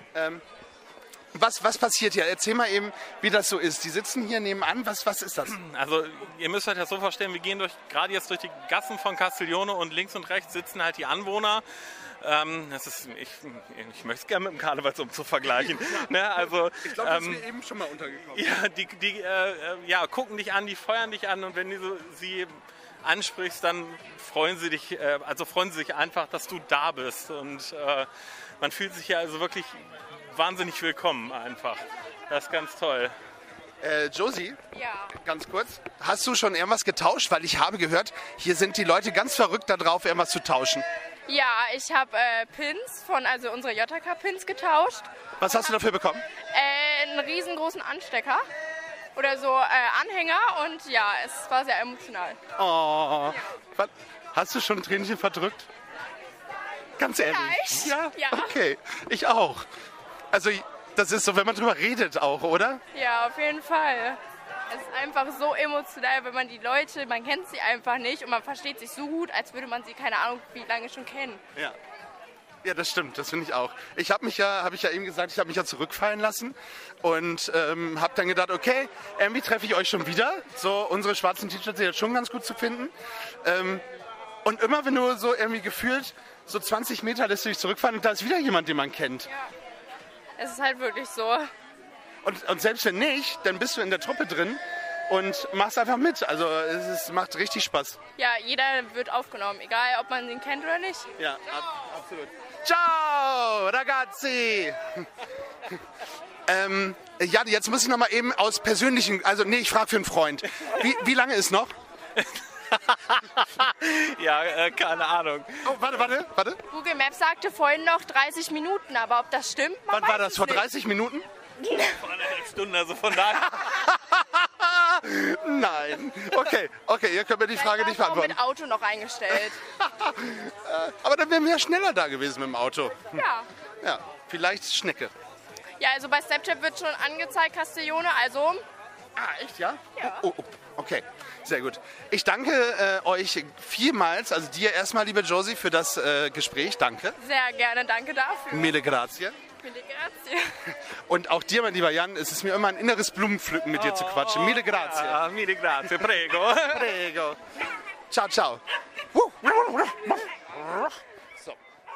Was passiert hier? Erzähl mal eben, wie das so ist. Die sitzen hier nebenan. Was ist das? Also ihr müsst euch das so vorstellen, wir gehen gerade jetzt durch die Gassen von Castiglione und links und rechts sitzen halt die Anwohner. Ich möchte es gerne mit dem Karnevalsumzug vergleichen. Ne? Also, ich glaube, das ist mir eben schon mal untergekommen. Ja, die gucken dich an, die feuern dich an und wenn du sie ansprichst, dann freuen sie sich einfach, dass du da bist. Und man fühlt sich ja also wirklich wahnsinnig willkommen einfach. Das ist ganz toll. Josie, Ja. ganz kurz, hast du schon irgendwas getauscht? Weil ich habe gehört, hier sind die Leute ganz verrückt darauf, irgendwas zu tauschen. Ja, ich habe Pins also unsere JK-Pins getauscht. Was hast du dafür bekommen? Einen riesengroßen Anstecker oder so Anhänger und ja, es war sehr emotional. Oh, ja. Hast du schon ein Tränchen verdrückt? Ganz ehrlich? Vielleicht. Ja. Okay, ich auch. Also das ist so, wenn man drüber redet auch, oder? Ja, auf jeden Fall. Es ist einfach so emotional, wenn man die Leute, man kennt sie einfach nicht und man versteht sich so gut, als würde man sie, keine Ahnung, wie lange schon kennen. Ja. Ja, das stimmt, das finde ich auch. Ich habe ich ja eben gesagt, ich habe mich ja zurückfallen lassen und habe dann gedacht, okay, irgendwie treffe ich euch schon wieder. So, unsere schwarzen T-Shirts sind jetzt schon ganz gut zu finden. Und immer, wenn du so irgendwie gefühlt so 20 Meter lässt du dich zurückfahren und da ist wieder jemand, den man kennt. Ja. Es ist halt wirklich so. Und selbst wenn nicht, dann bist du in der Truppe drin und machst einfach mit. Also es macht richtig Spaß. Ja, jeder wird aufgenommen, egal ob man ihn kennt oder nicht. Ja, absolut. Ciao, ragazzi! Ja, jetzt muss ich noch mal eben aus persönlichen, also nee, ich frage für einen Freund. Wie lange ist noch? Ja, keine Ahnung. Oh, warte. Google Maps sagte vorhin noch 30 Minuten, aber ob das stimmt, Wann war das? Vor 30 Minuten? Vor einer halben Stunde, also von daher. Nein. Okay, ihr könnt mir die Frage nicht beantworten. Mit Auto noch eingestellt. Aber dann wären wir ja schneller da gewesen mit dem Auto. Ja. Ja, vielleicht Schnecke. Ja, also bei Snapchat wird schon angezeigt, Castiglione, also... Ah, echt, ja? Ja. Oh, okay, sehr gut. Ich danke euch vielmals, also dir erstmal, liebe Josie, für das Gespräch. Danke. Sehr gerne, danke dafür. Mille grazie. Mille grazie. Und auch dir, mein lieber Jan, es ist mir immer ein inneres Blumenpflücken, mit dir zu quatschen. Mille grazie. Ah, mille grazie, prego. Prego. Ciao. So.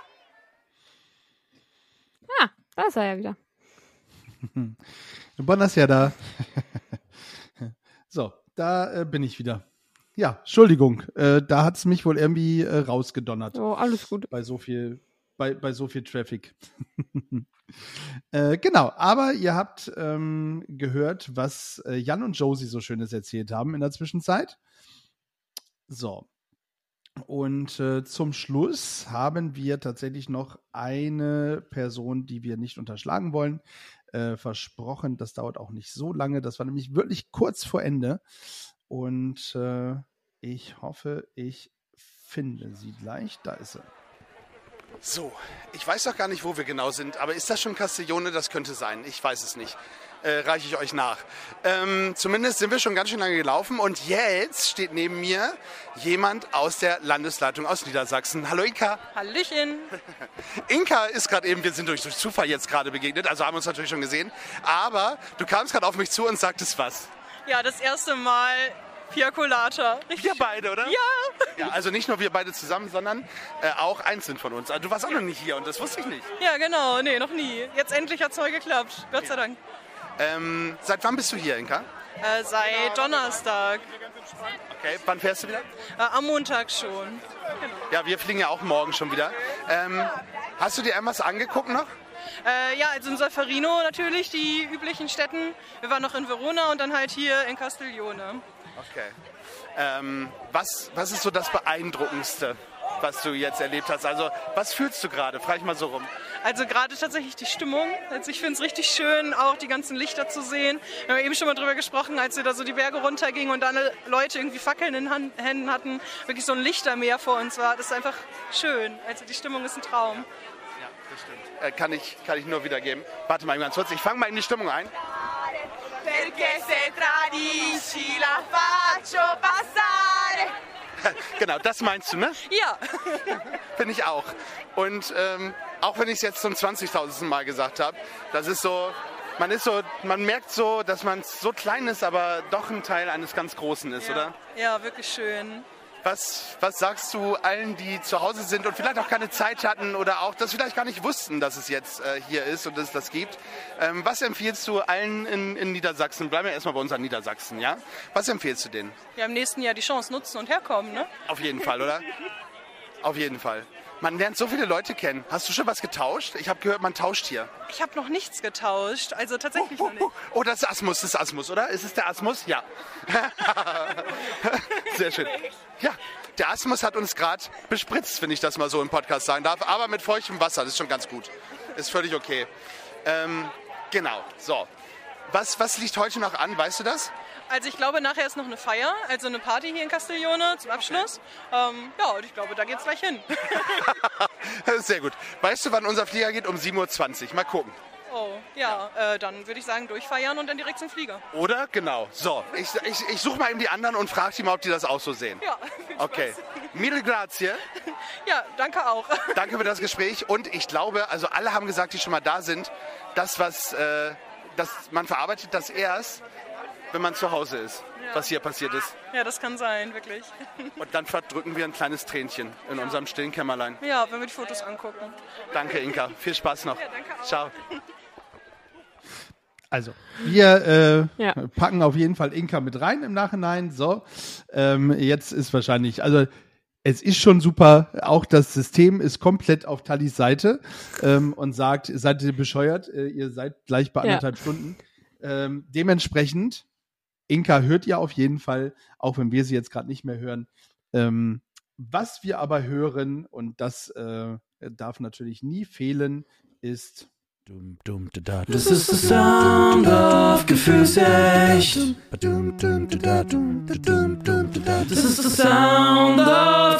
Ah, da ist er ja wieder. Buonasera. So, da bin ich wieder. Ja, Entschuldigung, da hat es mich wohl irgendwie rausgedonnert. Oh, alles gut. Bei so viel Traffic. Genau, aber ihr habt gehört, was Jan und Josie so Schönes erzählt haben in der Zwischenzeit. So. Und zum Schluss haben wir tatsächlich noch eine Person, die wir nicht unterschlagen wollen. Versprochen, das dauert auch nicht so lange. Das war nämlich wirklich kurz vor Ende. Und ich hoffe, ich finde sie gleich. Da ist sie. So, ich weiß doch gar nicht, wo wir genau sind, aber ist das schon Castiglione? Das könnte sein. Ich weiß es nicht. Reiche ich euch nach. Zumindest sind wir schon ganz schön lange gelaufen und jetzt steht neben mir jemand aus der Landesleitung aus Niedersachsen. Hallo Inka. Hallöchen. Inka ist gerade eben, wir sind durch Zufall jetzt gerade begegnet, also haben uns natürlich schon gesehen, aber du kamst gerade auf mich zu und sagtest was? Ja, das erste Mal Pina Colada. Wir beide, oder? Ja. Ja, also nicht nur wir beide zusammen, sondern auch einzeln von uns. Also du warst auch noch nicht hier und das wusste ich nicht. Ja, genau. Nee, noch nie. Jetzt endlich hat es mal geklappt. Gott sei Dank. Seit wann bist du hier, Inka? Seit Donnerstag. Okay, wann fährst du wieder? Am Montag schon. Genau. Ja, wir fliegen ja auch morgen schon wieder. Hast du dir irgendwas angeguckt noch? Ja, also in Solferino natürlich, die üblichen Städten. Wir waren noch in Verona und dann halt hier in Castiglione. Okay. Was ist so das Beeindruckendste, was du jetzt erlebt hast? Also, was fühlst du gerade? Frag ich mal so rum. Also gerade tatsächlich die Stimmung. Also ich finde es richtig schön, auch die ganzen Lichter zu sehen. Wir haben eben schon mal drüber gesprochen, als wir da so die Berge runtergingen und dann Leute irgendwie Fackeln in Händen hatten. Wirklich so ein Lichtermeer vor uns war. Das ist einfach schön. Also die Stimmung ist ein Traum. Ja, das stimmt. Kann ich nur wiedergeben. Warte mal ganz kurz, ich fange mal in die Stimmung ein. Perché se tradisci la faccio passare. Genau, das meinst du, ne? Ja. Finde ich auch. Und auch wenn ich es jetzt zum 20.000. Mal gesagt habe, das ist so, man merkt so, dass man so klein ist, aber doch ein Teil eines ganz Großen ist, oder? Ja, wirklich schön. Was sagst du allen, die zu Hause sind und vielleicht auch keine Zeit hatten oder auch das vielleicht gar nicht wussten, dass es jetzt hier ist und dass es das gibt? Was empfiehlst du allen in Niedersachsen? Bleiben wir erstmal bei uns an Niedersachsen, ja? Was empfiehlst du denen? Ja, im nächsten Jahr die Chance nutzen und herkommen, ne? Auf jeden Fall, oder? Auf jeden Fall. Man lernt so viele Leute kennen. Hast du schon was getauscht? Ich habe gehört, man tauscht hier. Ich habe noch nichts getauscht, also tatsächlich noch nicht. Oh, das ist Asmus, oder? Ist es der Asmus? Ja. Sehr schön. Ja, der Asmus hat uns gerade bespritzt, wenn ich das mal so im Podcast sagen darf, aber mit feuchtem Wasser, das ist schon ganz gut. Ist völlig okay. Genau, so. Was liegt heute noch an, weißt du das? Also ich glaube, nachher ist noch eine Feier, also eine Party hier in Castiglione zum Abschluss. Ja, und ich glaube, da geht's gleich hin. Sehr gut. Weißt du, wann unser Flieger geht? Um 7:20 Uhr. Mal gucken. Oh, ja, dann würde ich sagen, durchfeiern und dann direkt zum Flieger. Oder? Genau. So, ich suche mal eben die anderen und frage die mal, ob die das auch so sehen. Ja, okay. Mille grazie. Ja, danke auch. Danke für das Gespräch und ich glaube, also alle haben gesagt, die schon mal da sind, das, man verarbeitet das erst, wenn man zu Hause ist, was hier passiert ist. Ja, das kann sein, wirklich. Und dann verdrücken wir ein kleines Tränchen in unserem stillen Kämmerlein. Ja, wenn wir die Fotos angucken. Danke, Inka. Viel Spaß noch. Ja, danke auch. Ciao. Also, wir Ja. packen auf jeden Fall Inka mit rein im Nachhinein. So, jetzt ist wahrscheinlich, also es ist schon super, auch das System ist komplett auf Tallys Seite und sagt, seid ihr bescheuert, ihr seid gleich bei Ja. 1,5 Stunden. Dementsprechend, Inka hört ihr auf jeden Fall, auch wenn wir sie jetzt gerade nicht mehr hören. Was wir aber hören, und das darf natürlich nie fehlen, ist Das ist the sound of Gefühlsecht. Das ist the sound of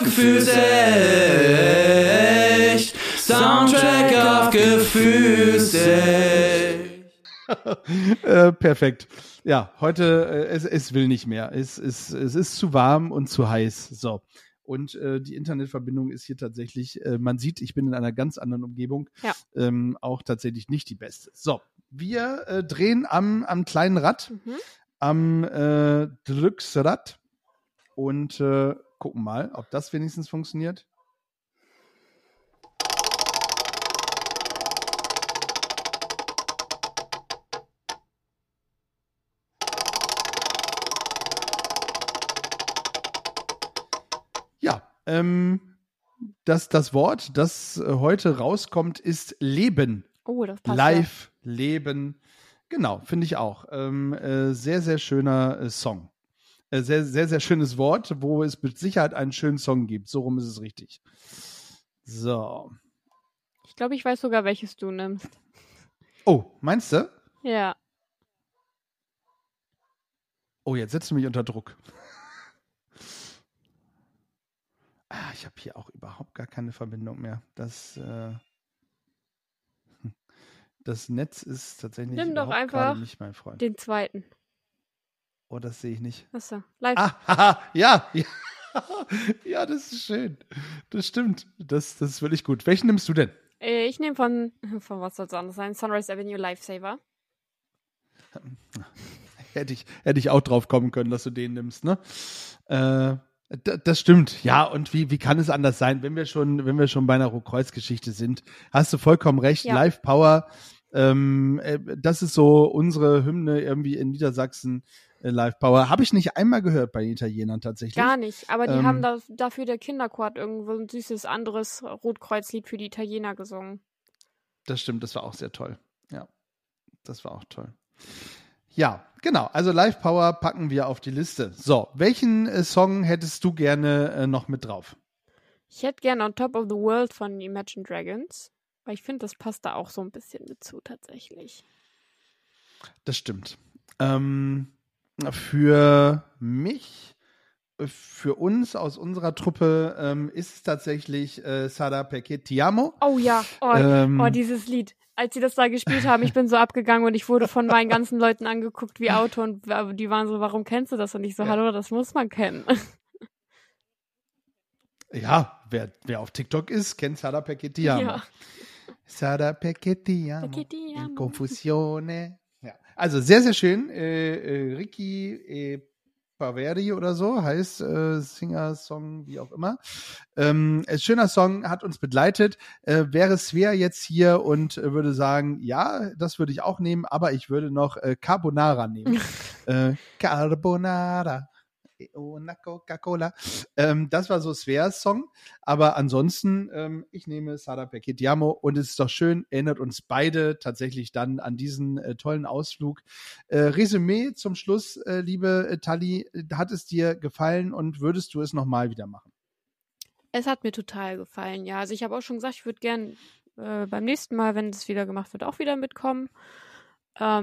Gefühlsecht. Soundtrack of Gefühlsecht. Perfekt. Ja, heute, es will nicht mehr. Es ist zu warm und zu heiß. So. Und die Internetverbindung ist hier tatsächlich, man sieht, ich bin in einer ganz anderen Umgebung, Ja. auch tatsächlich nicht die beste. So, wir drehen am kleinen Rad, am Drücksrad und gucken mal, ob das wenigstens funktioniert. Ja, das Wort, das heute rauskommt, ist Leben. Oh, das passt. Live, Leben. Genau, finde ich auch. Sehr, sehr schöner Song. Sehr, sehr, sehr schönes Wort, wo es mit Sicherheit einen schönen Song gibt. So rum ist es richtig. So. Ich glaube, ich weiß sogar, welches du nimmst. Oh, meinst du? Ja. Oh, jetzt setzt du mich unter Druck. Ich habe hier auch überhaupt gar keine Verbindung mehr. Das Netz ist tatsächlich Nimm doch überhaupt gerade einfach nicht mein Freund. den zweiten. Oh, das sehe ich nicht. Achso, live. Haha, ja. Ja, das ist schön. Das stimmt. Das ist wirklich gut. Welchen nimmst du denn? Ich nehme von was soll es anderes sein? Sunrise Avenue Lifesaver. Hätte ich auch drauf kommen können, dass du den nimmst, ne? Das stimmt, ja, und wie kann es anders sein, wenn wir schon bei einer Rotkreuz-Geschichte sind, hast du vollkommen recht, Ja. Live Power, das ist so unsere Hymne irgendwie in Niedersachsen, Live Power, habe ich nicht einmal gehört bei den Italienern tatsächlich. Gar nicht, aber die haben dafür der Kinderchor hat irgendwo ein süßes anderes Rotkreuzlied für die Italiener gesungen. Das stimmt, das war auch sehr toll, ja, das war auch toll. Ja, genau. Also Live Power packen wir auf die Liste. So, welchen Song hättest du gerne noch mit drauf? Ich hätte gerne On Top of the World von Imagine Dragons, weil ich finde, das passt da auch so ein bisschen mit zu tatsächlich. Das stimmt. Für mich, für uns aus unserer Truppe ist es tatsächlich Sarà perché ti amo. Oh ja, dieses Lied. Als sie das da gespielt haben, ich bin so abgegangen und ich wurde von meinen ganzen Leuten angeguckt wie Auto und die waren so, warum kennst du das? Und ich so, hallo, das muss man kennen. Ja, wer auf TikTok ist, kennt Sarà perché ti amo. Ja. Sarà perché ti amo. Perché ti amo. In Confusione. Ja. Also sehr, sehr schön. Ricky Paveri oder so heißt Singer, Song, wie auch immer. Schöner Song, hat uns begleitet. Wäre Svea jetzt hier und würde sagen, ja, das würde ich auch nehmen, aber ich würde noch Carbonara nehmen. Carbonara. Una Coca-Cola. Das war so Sveas Song, aber ansonsten, ich nehme Sarà perché ti amo und es ist doch schön, erinnert uns beide tatsächlich dann an diesen tollen Ausflug. Resümee zum Schluss, liebe Tali, hat es dir gefallen und würdest du es nochmal wieder machen? Es hat mir total gefallen, ja. Also ich habe auch schon gesagt, ich würde gern beim nächsten Mal, wenn es wieder gemacht wird, auch wieder mitkommen. Ja,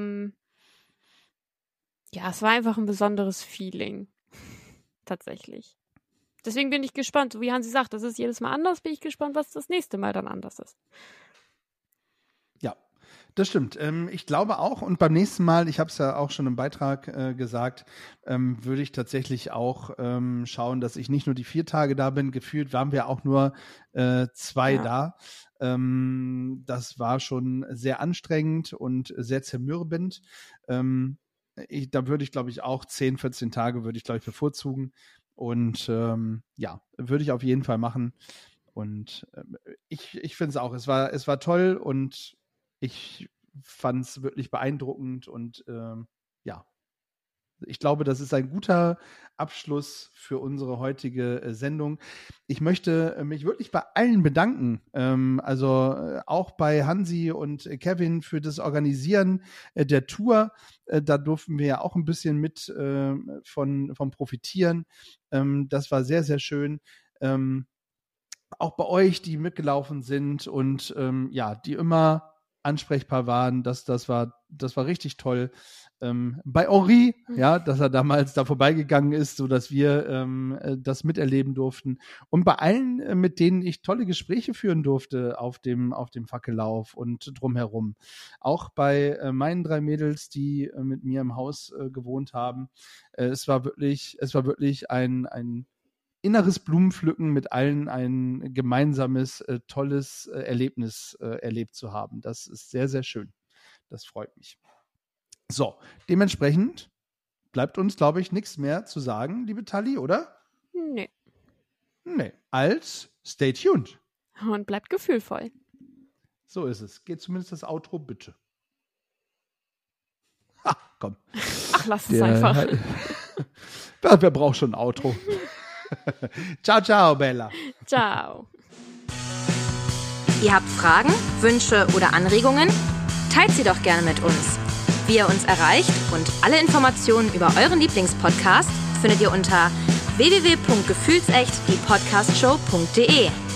es war einfach ein besonderes Feeling. Tatsächlich. Deswegen bin ich gespannt. So wie Hansi sagt, das ist jedes Mal anders, bin ich gespannt, was das nächste Mal dann anders ist. Ja, das stimmt. Ich glaube auch, und beim nächsten Mal, ich habe es ja auch schon im Beitrag gesagt, würde ich tatsächlich auch schauen, dass ich nicht nur die 4 Tage da bin. Gefühlt waren wir auch nur 2 da. Das war schon sehr anstrengend und sehr zermürbend. Da würde ich, glaube ich, auch 10, 14 Tage würde ich, glaube ich, bevorzugen. Und ja, würde ich auf jeden Fall machen. Und ich finde es auch, es war toll und ich fand es wirklich beeindruckend und ja. Ich glaube, das ist ein guter Abschluss für unsere heutige Sendung. Ich möchte mich wirklich bei allen bedanken, auch bei Hansi und Kevin für das Organisieren der Tour. Da durften wir ja auch ein bisschen mit von profitieren. Das war sehr, sehr schön. Auch bei euch, die mitgelaufen sind und die immer ansprechbar waren. Das war richtig toll. Bei Henri, ja, dass er damals da vorbeigegangen ist, sodass wir das miterleben durften. Und bei allen, mit denen ich tolle Gespräche führen durfte auf dem Fackellauf und drumherum. Auch bei meinen 3 Mädels, die mit mir im Haus gewohnt haben. Es war wirklich ein inneres Blumenpflücken, mit allen ein gemeinsames, tolles Erlebnis erlebt zu haben. Das ist sehr, sehr schön. Das freut mich. So, dementsprechend bleibt uns, glaube ich, nichts mehr zu sagen, liebe Tali, oder? Nee. Als stay tuned. Und bleibt gefühlvoll. So ist es. Geht zumindest das Outro, bitte. Komm. Ach, lass es einfach. Wer braucht schon ein Outro? Ciao, ciao, Bella. Ciao. Ihr habt Fragen, Wünsche oder Anregungen? Teilt sie doch gerne mit uns. Wie ihr uns erreicht und alle Informationen über euren Lieblingspodcast findet ihr unter www.gefühlsecht-die-podcastshow.de.